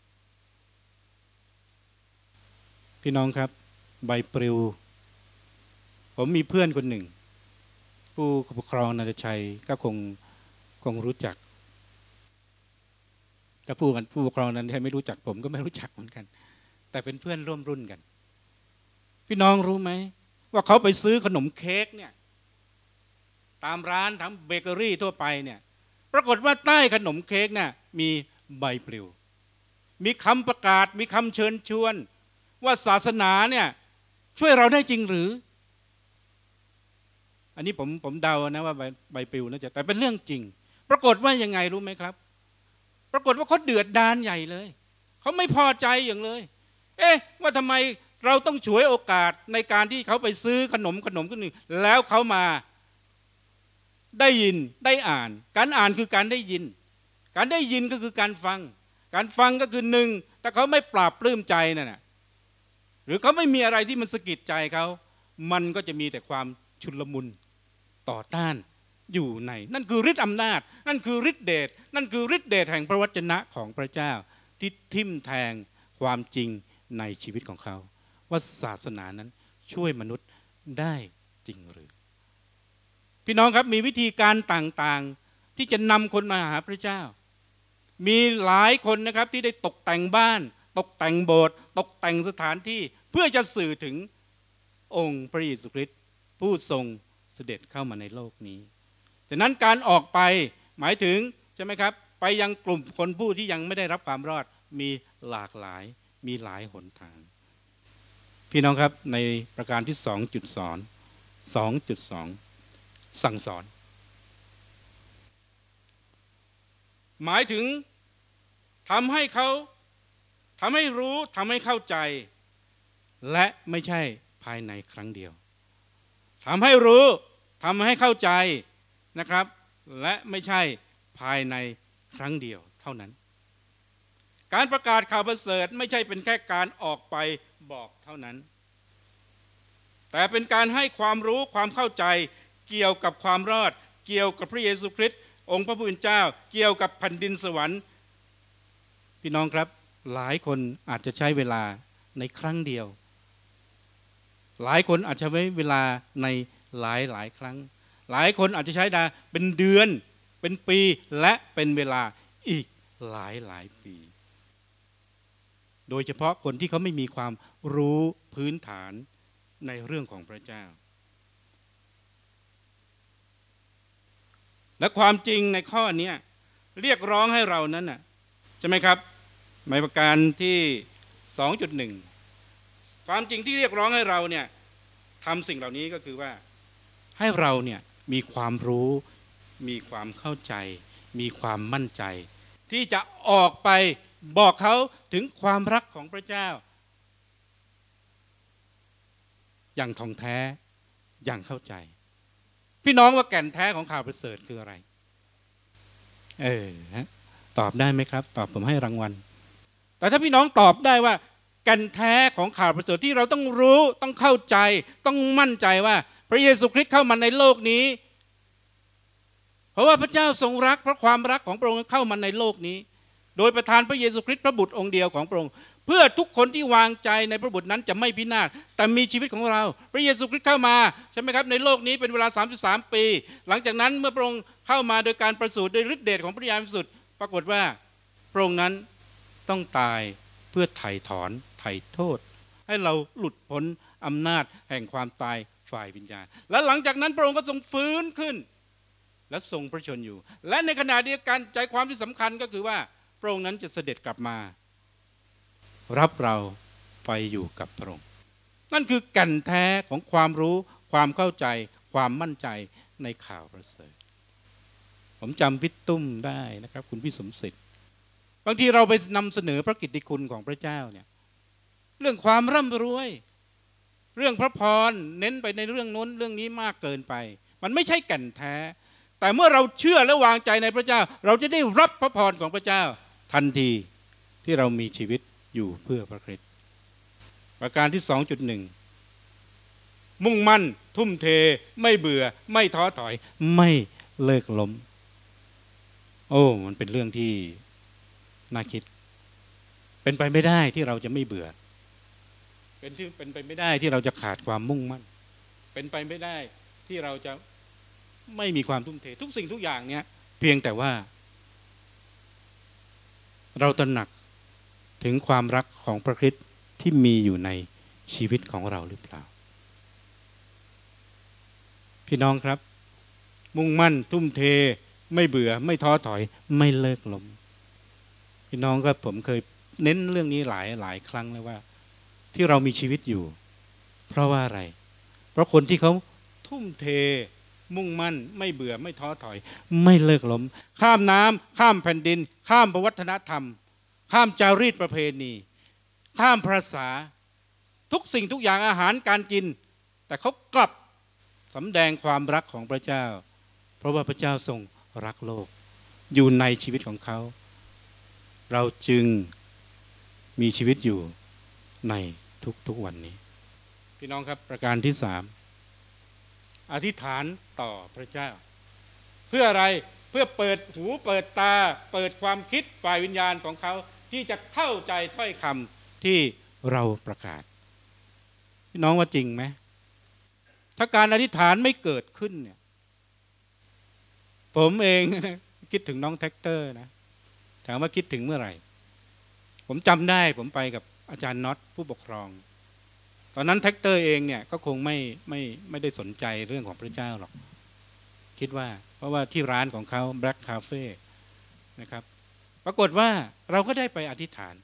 [SPEAKER 1] พี่น้องครับใบปลิวผมมีเพื่อนคนหนึ่งผู้ปกครองนันทชัยก็คงคงรู้จักถ้าผู้กันผู้ปกครองนันทชัยไม่รู้จักผมก็ไม่รู้จักเหมือนกันแต่เป็นเพื่อนร่วมรุ่นกันพี่น้องรู้ไหมว่าเขาไปซื้อขนมเค้กเนี่ยตามร้านทำเบเกอรี่ทั่วไปเนี่ยปรากฏว่าใต้ขนมเค้กเนี่ยมีใบปลิวมีคำประกาศมีคำเชิญชวนว่าศาสนาเนี่ยช่วยเราได้จริงหรืออันนี้ผมผมเดานะว่าใบใบปลิวน่าจะแต่เป็นเรื่องจริงปรากฏว่ายังไงรู้ไหมครับปรากฏว่าเขาเดือดดาลใหญ่เลยเขาไม่พอใจอย่างเลยเอ๊ะว่าทำไมเราต้องฉวยโอกาสในการที่เขาไปซื้อขนมขนมกันหนึ่งแล้วเขามาได้ยินได้อ่านการอ่านคือการได้ยินการได้ยินก็คือการฟังการฟังก็คือหนึ่งแต่เขาไม่ปราบปลื้มใจนั่นน่ะหรือเขาไม่มีอะไรที่มันสะกิดใจเขามันก็จะมีแต่ความชุลมุนต่อต้านอยู่ในนั่นคือฤทธิ์อำนาจนั่นคือฤทธิเดชนั่นคือฤทธิเดชแห่งพระวจนะของพระเจ้าที่ทิ่มแทงความจริงในชีวิตของเขาว่าศาสนานั้นช่วยมนุษย์ได้จริงหรือพี่น้องครับมีวิธีการต่างๆที่จะนำคนมาหาพระเจ้ามีหลายคนนะครับที่ได้ตกแต่งบ้านตกแต่งโบสถ์ตกแต่งสถานที่เพื่อจะสื่อถึงองค์พระเยซูคริสต์ผู้ทรงเสด็จเข้ามาในโลกนี้ฉะนั้นการออกไปหมายถึงใช่ไหมครับไปยังกลุ่มคนผู้ที่ยังไม่ได้รับความรอดมีหลากหลายมีหลายหนทางพี่น้องครับในประการที่ สองจุดสอง สองจุดสอง สั่งสอนหมายถึงทำให้เขาทำให้รู้ทำให้เข้าใจและไม่ใช่ภายในครั้งเดียวทำให้รู้ทำให้เข้าใจนะครับและไม่ใช่ภายในครั้งเดียวเท่านั้นการประกาศข่าวประเสริฐไม่ใช่เป็นแค่การออกไปบอกเท่านั้นแต่เป็นการให้ความรู้ความเข้าใจเกี่ยวกับความรอดเกี่ยวกับพระเยซูคริสต์องค์พระผู้เป็นเจ้าเกี่ยวกับแผ่นดินสวรรค์พี่น้องครับหลายคนอาจจะใช้เวลาในครั้งเดียวหลายคนอาจจะใช้เวลาในหลายหลายครั้งหลายคนอาจจะใช้เวลาเป็นเดือนเป็นปีและเป็นเวลาอีกหลายหลายปีโดยเฉพาะคนที่เขาไม่มีความรู้พื้นฐานในเรื่องของพระเจ้าและความจริงในข้อนี้เรียกร้องให้เรานั้นน่ะใช่ไหมครับในประการที่ สองจุดหนึ่ง ความจริงที่เรียกร้องให้เราเนี่ยทำสิ่งเหล่านี้ก็คือว่าให้เราเนี่ยมีความรู้มีความเข้าใจมีความมั่นใจที่จะออกไปบอกเขาถึงความรักของพระเจ้าอย่างท่องแท้อย่างเข้าใจพี่น้องว่าแก่นแท้ของข่าวประเสริฐคืออะไรเออตอบได้ไหมครับตอบผมให้รางวัลแต่ถ้าพี่น้องตอบได้ว่าแก่นแท้ของข่าวประเสริฐที่เราต้องรู้ต้องเข้าใจต้องมั่นใจว่าพระเยซูคริสต์เข้ามาในโลกนี้เพราะว่าพระเจ้าทรงรักเพราะความรักของพระองค์เข้ามาในโลกนี้โดยประทานพระเยซูคริสต์พระบุตรองค์เดียวของพระองค์เพื่อทุกคนที่วางใจในพระบุตรนั้นจะไม่พินาศแต่มีชีวิตของเราพระเยซูคริสต์เข้ามาใช่ไหมครับในโลกนี้เป็นเวลาสามสิบสามปีหลังจากนั้นเมื่อพระองค์เข้ามาโดยการประสูติโดยฤทธิเดชของพระวิญญาณบริสุทธิ์ปรากฏว่าพระองค์นั้นต้องตายเพื่อไถ่ถอนไถ่โทษให้เราหลุดพ้นอำนาจแห่งความตายฝ่ายวิญญาณและหลังจากนั้นพระองค์ก็ทรงฟื้นขึ้นและทรงพระชนอยู่และในขณะเดียวกันใจความที่สำคัญก็คือว่าพระองค์นั้นจะเสด็จกลับมารับเราไปอยู่กับพระองค์นั่นคือแก่นแท้ของความรู้ความเข้าใจความมั่นใจในข่าวประเสริฐผมจำพี่ตุ้มได้นะครับคุณพี่สมศิษย์บางทีเราไปนำเสนอพระกิตติคุณของพระเจ้าเนี่ยเรื่องความร่ำรวยเรื่องพระพรเน้นไปในเรื่องโน้นเรื่องนี้มากเกินไปมันไม่ใช่แก่นแท้แต่เมื่อเราเชื่อและวางใจในพระเจ้าเราจะได้รับพระพรของพระเจ้าทันทีที่เรามีชีวิตอยู่เพื่อพระคริสต์ประการที่ สองจุดหนึ่ง มุ่งมั่นทุ่มเทไม่เบื่อไม่ท้อถอยไม่เลิกล้มโอ้มันเป็นเรื่องที่น่าคิดเป็นไปไม่ได้ที่เราจะไม่เบื่อเป็นที่เป็นไปไม่ได้ที่เราจะขาดความมุ่งมั่นเป็นไปไม่ได้ที่เราจะไม่มีความทุ่มเททุกสิ่งทุกอย่างเนี้ยเพียงแต่ว่าเราตระหนักถึงความรักของพระคริสต์ที่มีอยู่ในชีวิตของเราหรือเปล่าพี่น้องครับมุ่งมั่นทุ่มเทไม่เบื่อไม่ท้อถอยไม่เลิกล้มพี่น้องก็ผมเคยเน้นเรื่องนี้หลายหลายครั้งแล้วว่าที่เรามีชีวิตอยู่เพราะว่าอะไรเพราะคนที่เขาทุ่มเทมุ่งมั่นไม่เบื่อไม่ท้อถอยไม่เลิกล้มข้ามน้ำข้ามแผ่นดินข้ามวัฒนธรรมข้ามจารีตประเพณีข้ามภาษาทุกสิ่งทุกอย่างอาหารการกินแต่เขากลับสำแดงความรักของพระเจ้าเพราะว่าพระเจ้าทรงรักโลกอยู่ในชีวิตของเขาเราจึงมีชีวิตอยู่ในทุกๆวันนี้พี่น้องครับประการที่สามอธิษฐานต่อพระเจ้าเพื่ออะไรเพื่อเปิดหูเปิดตาเปิดความคิดฝ่ายวิญญาณของเขาที่จะเข้าใจถ้อยคำที่เราประกาศพี่น้องว่าจริงไหมถ้าการอธิษฐานไม่เกิดขึ้นเนี่ยผมเองคิดถึงน้องแท็กเตอร์นะถามว่าคิดถึงเมื่อไหร่ผมจำได้ผมไปกับอาจารย์น็อตผู้ปกครองตอนนั้นแท็กเตอร์เองเนี่ยก็คงไม่ไม่ไม่ได้สนใจเรื่องของพระเจ้าหรอกคิดว่าเพราะว่าที่ร้านของเขา Black Cafe นะครับปรากฏว่าเราก็ได้ไปอธิษฐาน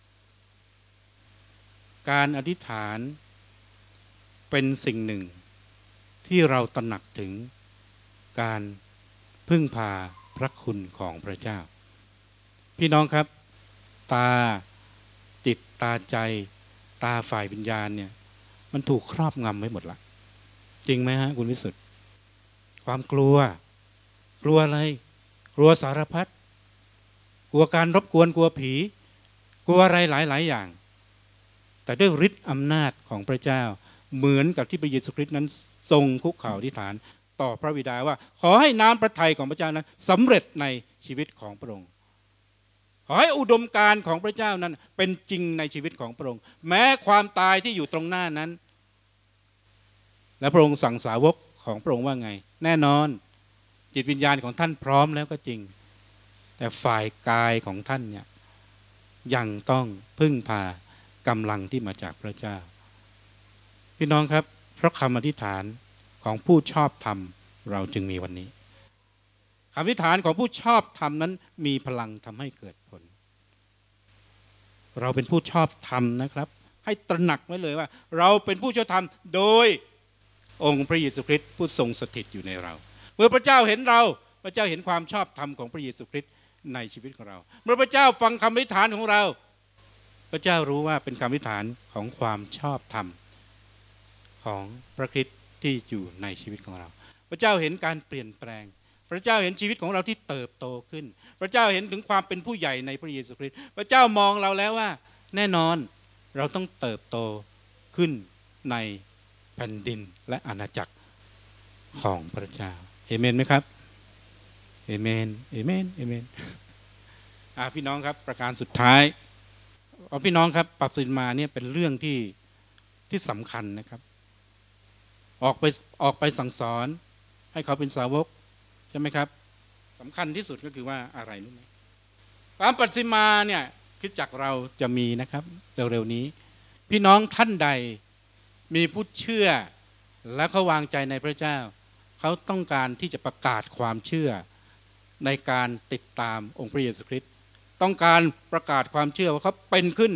[SPEAKER 1] การอธิษฐานเป็นสิ่งหนึ่งที่เราตระหนักถึงการพึ่งพาพระคุณของพระเจ้าพี่น้องครับตาจิตตาใจตาฝ่ายวิญญาณเนี่ยมันถูกครอบงำไว้หมดละจริงไหมฮะคุณวิสุทธิ์ความกลัวกลัวอะไรกลัวสารพัดกลัวการรบกวนกลัวผีกลัวอะไรหลายๆอย่างแต่ด้วยฤทธิ์อำนาจของพระเจ้าเหมือนกับที่พระเยซูคริสต์นั้นทรงคุกเข่าอธิษฐานต่อพระบิดาว่าขอให้น้ำพระทัยของพระเจ้านั้นสำเร็จในชีวิตของพระองค์ขอให้อุดมการณ์ของพระเจ้านั้นเป็นจริงในชีวิตของพระองค์แม้ความตายที่อยู่ตรงหน้านั้นและพระองค์สั่งสาวกของพระองค์ว่าไงแน่นอนจิตวิญญาณของท่านพร้อมแล้วก็จริงแต่ฝ่ายกายของท่านเนี่ยยังต้องพึ่งพากำลังที่มาจากพระเจ้าพี่น้องครับเพราะคำอธิษฐานของผู้ชอบธรรมเราจึงมีวันนี้คำอธิษฐานของผู้ชอบธรรมนั้นมีพลังทำให้เกิดผลเราเป็นผู้ชอบธรรมนะครับให้ตระหนักไว้เลยว่าเราเป็นผู้ชอบธรรมโดยองค์พระเยซูคริสต์ผู้ทรงสถิตอยู่ในเราเมื่อพระเจ้าเห็นเราพระเจ้าเห็นความชอบธรรมของพระเยซูคริสต์ในชีวิตของเราเมื่อพระเจ้าฟังคำอธิษฐานของเราพระเจ้ารู้ว่าเป็นคำอธิษฐานของความชอบธรรมของพระคริสต์ที่อยู่ในชีวิตของเราพระเจ้าเห็นการเปลี่ยนแปลงพระเจ้าเห็นชีวิตของเราที่เติบโตขึ้นพระเจ้าเห็นถึงความเป็นผู้ใหญ่ในพระเยซูคริสต์พระเจ้ามองเราแล้วว่าแน่นอนเราต้องเติบโตขึ้นในแผ่นดินและอาณาจักรของพระเจ้าเอเมนไหมครับเอเมนเอเมนเอเมนอ่าพี่น้องครับประการสุดท้ายเอาพี่น้องครับปรับสินมาเนี่ยเป็นเรื่องที่ที่สำคัญนะครับออกไปออกไปสั่งสอนให้เขาเป็นสาวกใช่ไหมครับสำคัญที่สุดก็คือว่าอะไรรู้ไหมความปรับสินมาเนี่ยคริสตจักรเราจะมีนะครับเร็วๆนี้พี่น้องท่านใดมีผู้เชื่อและเขาวางใจในพระเจ้าเขาต้องการที่จะประกาศความเชื่อในการติดตามองค์พระเยซูคริสต์ต้องการประกาศความเชื่อว่าเขาเป็นขึ้น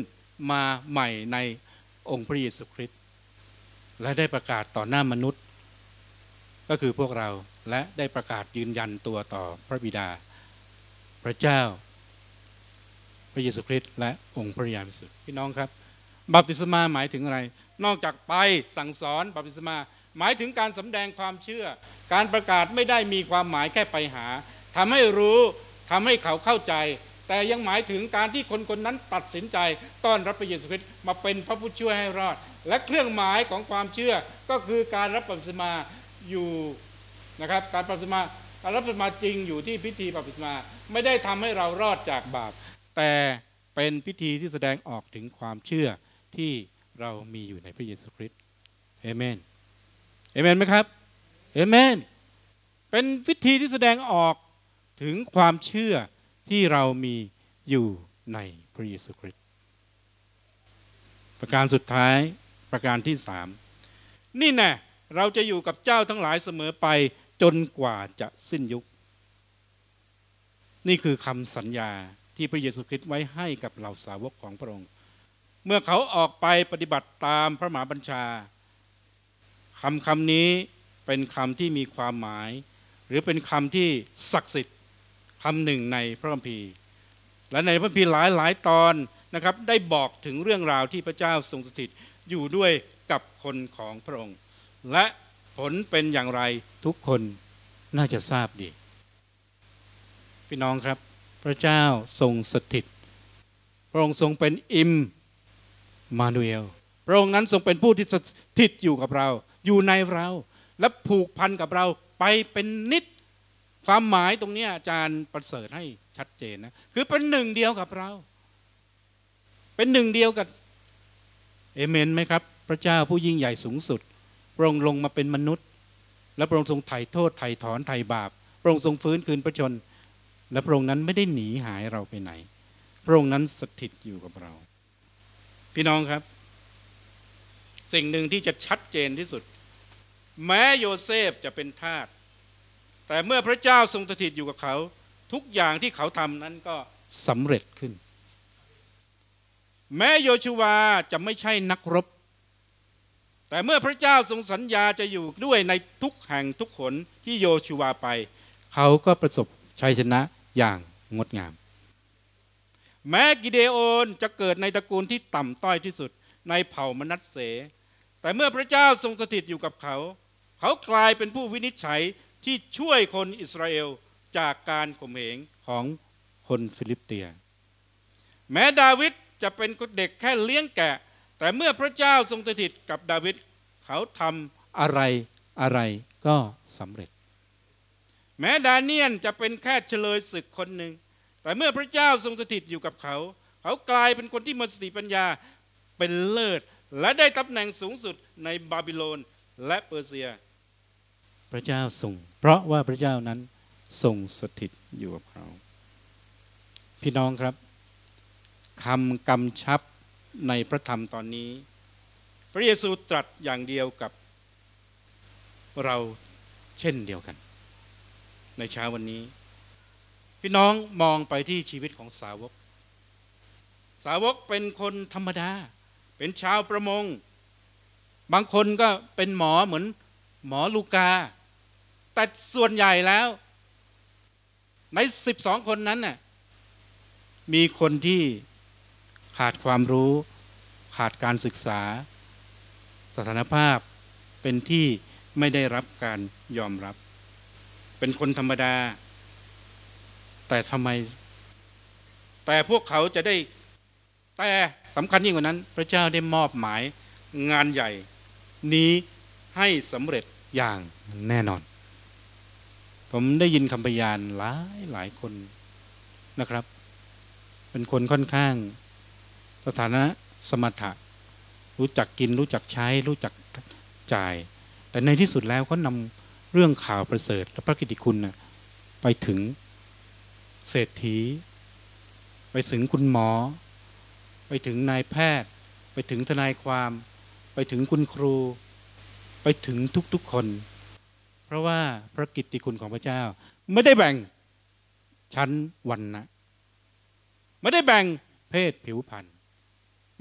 [SPEAKER 1] มาใหม่ในองค์พระเยซูคริสต์และได้ประกาศต่อหน้ามนุษย์ก็คือพวกเราและได้ประกาศยืนยันตัวต่อพระบิดาพระเจ้าพระเยซูคริสต์และองค์พระยาณบริสุทธิ์พี่น้องครับบัพติศมาหมายถึงอะไรนอกจากไปสั่งสอนบัพติศมาหมายถึงการสำแดงความเชื่อการประกาศไม่ได้มีความหมายแค่ไปหาทำให้รู้ทำให้เขาเข้าใจแต่ยังหมายถึงการที่คนคนนั้นตัดสินใจต้อนรับพระเยซูคริสต์มาเป็นพระผู้ช่วยให้รอดและเครื่องหมายของความเชื่อก็คือการรับบัพติศมาอยู่นะครับการบัพติศมาการรับบัพติศมาจริงอยู่ที่พิธีบัพติศมาไม่ได้ทำให้เรารอดจากบาปแต่เป็นพิธีที่แสดงออกถึงความเชื่อที่เรามีอยู่ในพระเยซูคริสต์เอเมนเอเมนไหมครับเอเมนเป็นพิธีที่แสดงออกถึงความเชื่อที่เรามีอยู่ในพระเยซูคริสต์ประการสุดท้ายประการที่สามนี่แน่เราจะอยู่กับเจ้าทั้งหลายเสมอไปจนกว่าจะสิ้นยุคนี่คือคำสัญญาที่พระเยซูคริสต์ไว้ให้กับเหล่าสาวกของพระองค์เมื่อเขาออกไปปฏิบัติตามพระมหาบัญชาคำคำนี้เป็นคำที่มีความหมายหรือเป็นคำที่ศักดิ์สิทธิ์คำหนึ่งในพระคัมภีร์และในพระคัมภีร์หลายหลายตอนนะครับได้บอกถึงเรื่องราวที่พระเจ้าทรงสถิตอยู่ด้วยกับคนของพระองค์และผลเป็นอย่างไรทุกคนน่าจะทราบดีพี่น้องครับพระเจ้าทรงสถิตพระองค์ทรงเป็นอิมมานูเอลพระองค์นั้นทรงเป็นผู้ที่สถิตอยู่กับเราอยู่ในเราและผูกพันกับเราไปเป็นนิจความหมายตรงนี้อาจารย์ประเสริฐให้ชัดเจนนะคือเป็นหนึ่งเดียวกับเราเป็นหนึ่งเดียวกับเอเมนไหมครับพระเจ้าผู้ยิ่งใหญ่สูงสุดพระองค์ลงมาเป็นมนุษย์และพระองค์ทรงไถ่โทษไถ่ถอนไถ่บาปพระองค์ทรงฟื้นคืนพระชนและพระองค์นั้นไม่ได้หนีหายเราไปไหนพระองค์นั้นสถิตอยู่กับเราพี่น้องครับสิ่งหนึ่งที่จะชัดเจนที่สุดแม้โยเซฟจะเป็นทาสแต่เมื่อพระเจ้าทรงสถิตอยู่กับเขาทุกอย่างที่เขาทำนั้นก็สำเร็จขึ้นแม้โยชูวาจะไม่ใช่นักรบแต่เมื่อพระเจ้าทรงสัญญาจะอยู่ด้วยในทุกแห่งทุกหนที่โยชูวาไปเขาก็ประสบชัยชนะอย่างงดงามแม้กิเดโอนจะเกิดในตระกูลที่ต่ำต้อยที่สุดในเผ่ามนัสเสแต่เมื่อพระเจ้าทรงสถิตอยู่กับเขาเขากลายเป็นผู้วินิจฉัยที่ช่วยคนอิสราเอลจากการข่มเหงของคนฟิลิปเตียแม้ดาวิดจะเป็นเด็กแค่เลี้ยงแกะแต่เมื่อพระเจ้าทรงสถิตกับดาวิดเขาทำอะไรอะไรก็สำเร็จแม้ดาเนียลจะเป็นแค่เฉลยศึกคนหนึ่งแต่เมื่อพระเจ้าทรงสถิตอยู่กับเขาเขากลายเป็นคนที่มีสติปัญญาเป็นเลิศและได้ตำแหน่งสูงสุดในบาบิโลนและเปอร์เซียพระเจ้าทรงเพราะว่าพระเจ้านั้นทรงสถิตอยู่กับเขาพี่น้องครับคำกำชับในพระธรรมตอนนี้พระเยซูตรัสอย่างเดียวกับเราเช่นเดียวกันในเช้าวันนี้พี่น้องมองไปที่ชีวิตของสาวกสาวกเป็นคนธรรมดาเป็นชาวประมงบางคนก็เป็นหมอเหมือนหมอลูกาแต่ส่วนใหญ่แล้วในสิบสองคนนั้นน่ะมีคนที่ขาดความรู้ขาดการศึกษาสถานภาพเป็นที่ไม่ได้รับการยอมรับเป็นคนธรรมดาแต่ทำไมแต่พวกเขาจะได้แต่สำคัญยิ่งกว่านั้นพระเจ้าได้มอบหมายงานใหญ่นี้ให้สำเร็จอย่างแน่นอนผมได้ยินคำพยานหลายหลายคนนะครับเป็นคนค่อนข้างสถานะสมถะรู้จักกินรู้จักใช้รู้จักจ่ายแต่ในที่สุดแล้วเขานำเรื่องข่าวประเสริฐและพระกิตติคุณนะไปถึงเศรษฐีไปถึงคุณหมอไปถึงนายแพทย์ไปถึงทนายความไปถึงคุณครูไปถึงทุกๆคนเพราะว่าพระกิตติคุณของพระเจ้าไม่ได้แบ่งชั้นวรรณะไม่ได้แบ่งเพศผิวพรรณไม่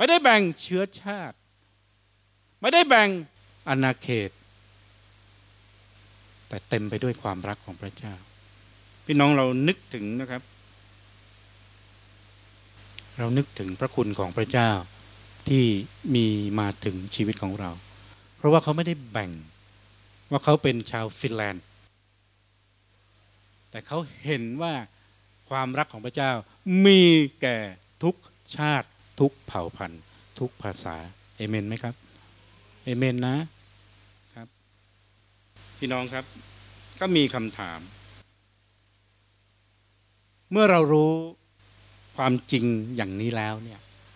[SPEAKER 1] ไม่ได้แบ่งเชื้อชาติไม่ได้แบ่งอาณาเขตแต่เต็มไปด้วยความรักของพระเจ้าพี่น้องเรานึกถึงนะครับเรานึกถึงพระคุณของพระเจ้าที่มีมาถึงชีวิตของเราเพราะว่าเขาไม่ได้แบ่งว่าเขาเป็นชาวฟินแลนด์แต่เขาเห็นว่าความรักของพระเจ้ามีแก่ทุกชาติทุกเผ่าพันธุ์ทุกภาษาเอเมนไหมครับเอเมนนะครับพี่น้องครับก็มีคำถามเมื่อเรารู้ความจริงอย่างนี้แล้วเนี่ย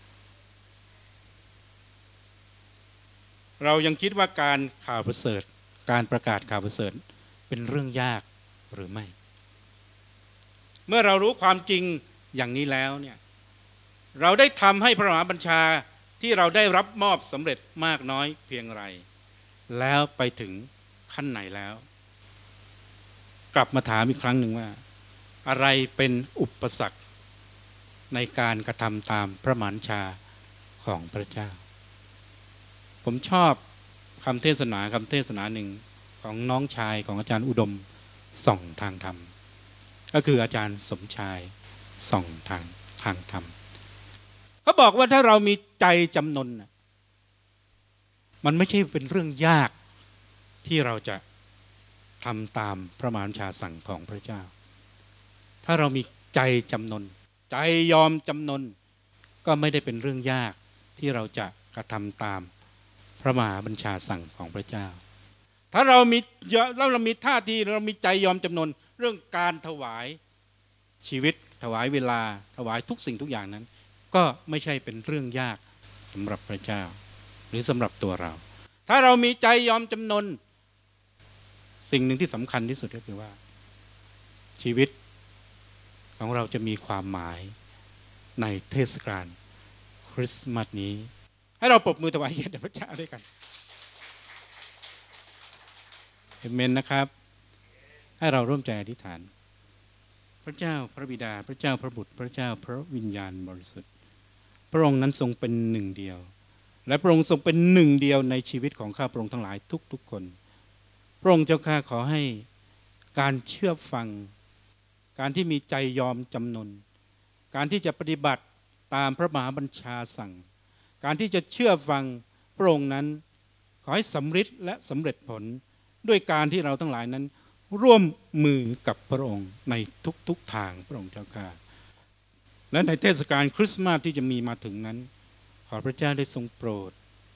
[SPEAKER 1] เรายังคิดว่าการข่าวประเสริฐการประกาศข่าวประเสริฐเป็นเรื่องยากหรือไม่เมื่อเรารู้ความจริงอย่างนี้แล้วเนี่ยเราได้ทำให้พระมหาบัญชาที่เราได้รับมอบสำเร็จมากน้อยเพียงไรแล้วไปถึงขั้นไหนแล้วกลับมาถามอีกครั้งหนึ่งว่าอะไรเป็นอุปสรรคในการกระทำตามพระมหาบัญชาของพระเจ้าผมชอบคำเทศนาคำเทศนาหนึ่งของน้องชายของอาจารย์อุดมส่องทางธรรมก็คืออาจารย์สมชายส่องทางทางธรรมเขาบอกว่าถ้าเรามีใจจำนนมันไม่ใช่เป็นเรื่องยากที่เราจะทำตามพระมหาบัญชาสั่งของพระเจ้าถ้าเรามีใจจำนนใจยอมจำนนก็ไม่ได้เป็นเรื่องยากที่เราจะกระทำตามพระมหาบัญชาสั่งของพระเจ้าถ้าเรามีเราเรามีท่าทีเรามีใจยอมจำนนเรื่องการถวายชีวิตถวายเวลาถวายทุกสิ่งทุกอย่างนั้นก็ไม่ใช่เป็นเรื่องยากสำหรับพระเจ้าหรือสำหรับตัวเราถ้าเรามีใจยอมจำนนสิ่งหนึ่งที่สำคัญที่สุดก็คือว่าชีวิตของเราจะมีความหมายในเทศกาลคริสต์มาสนี้ให้เราปรบมือถวายเกียรติแด่พระเจ้าด้วยกันเอเมนนะครับให้เราร่วมใจอธิษฐานพระเจ้าพระบิดาพระเจ้าพระบุตรพระเจ้าพระวิญญาณบริสุทธิ์พระองค์นั้นทรงเป็นหนึ่งเดียวและพระองค์ทรงเป็นหนึ่งเดียวในชีวิตของข้าพระองค์ทั้งหลายทุกๆคนพระองค์เจ้าข้าขอให้การเชื่อฟังการที่มีใจยอมจำนนการที่จะปฏิบัติตามพระมหาบัญชาสั่งการที่จะเชื่อฟังพระองค์นั้นขอให้สำฤทธิ์และสำเร็จผลด้วยการที่เราทั้งหลายนั้นร่วมมือกับพระองค์ในทุกๆทางพระองค์เจ้าข้าและในเทศกาลคริสต์มาสที่จะมีมาถึงนั้นขอพระเจ้าได้ทรงโปรด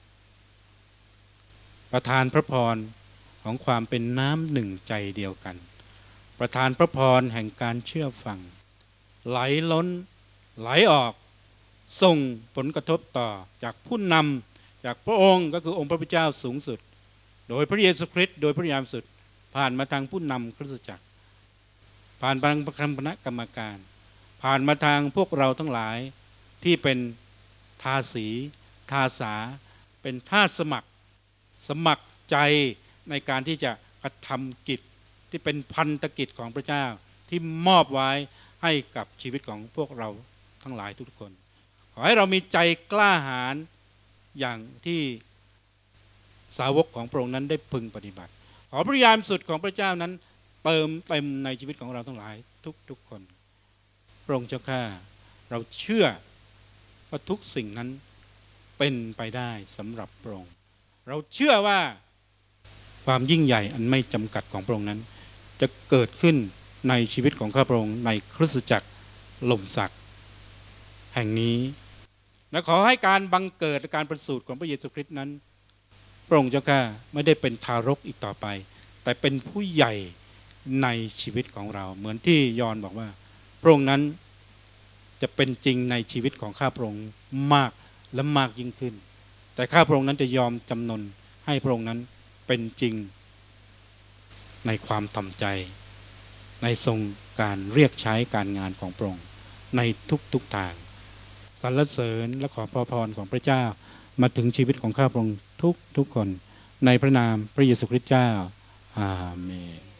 [SPEAKER 1] ประทานพระพรของความเป็นน้ำหนึ่งใจเดียวกันประทานพระพรแห่งการเชื่อฟังไหลล้นไหลออกส่งผลกระทบต่อจากผู้นำจากพระองค์ก็คือองค์พระผู้เจ้าสูงสุดโดยพระเยซูคริสต์โดยพระยามสุดผ่านมาทางผู้นำคริสตจักรผ่านมาทางคณะกรรมการผ่านมาทางพวกเราทั้งหลายที่เป็นทาสีทาสาเป็นทาสสมัครสมัครใจในการที่จะกระทำกิจที่เป็นพันธกิจของพระเจ้าที่มอบไว้ให้กับชีวิตของพวกเราทั้งหลายทุกคนขอให้เรามีใจกล้าหาญอย่างที่สาวกของพระองค์นั้นได้พึงปฏิบัติขอพระยามสุดของพระเจ้านั้นเติมเต็มในชีวิตของเราทั้งหลายทุกๆคนพระองค์เจ้าข้าเราเชื่อว่าทุกสิ่งนั้นเป็นไปได้สำหรับพระองค์เราเชื่อว่าความยิ่งใหญ่อันไม่จำกัดของพระองค์นั้นจะเกิดขึ้นในชีวิตของข้าพระองค์ในคริสตจักรลมศักดิ์แห่งนี้และขอให้การบังเกิดและการประสูติของพระเยซูคริสต์นั้นพระองค์เจ้าข้าไม่ได้เป็นทารกอีกต่อไปแต่เป็นผู้ใหญ่ในชีวิตของเราเหมือนที่ยอห์นบอกว่าพระองค์นั้นจะเป็นจริงในชีวิตของข้าพระองค์มากและมากยิ่งขึ้นแต่ข้าพระองค์นั้นจะยอมจำนนให้พระองค์นั้นเป็นจริงในความทำใจในทรงการเรียกใช้การงานของพระองค์ในทุกๆทางสรรเสริญและขอพระพรของพระเจ้ามาถึงชีวิตของข้าพระองค์ทุกๆคนในพระนามพระเยซูคริสต์เจ้าอาเมน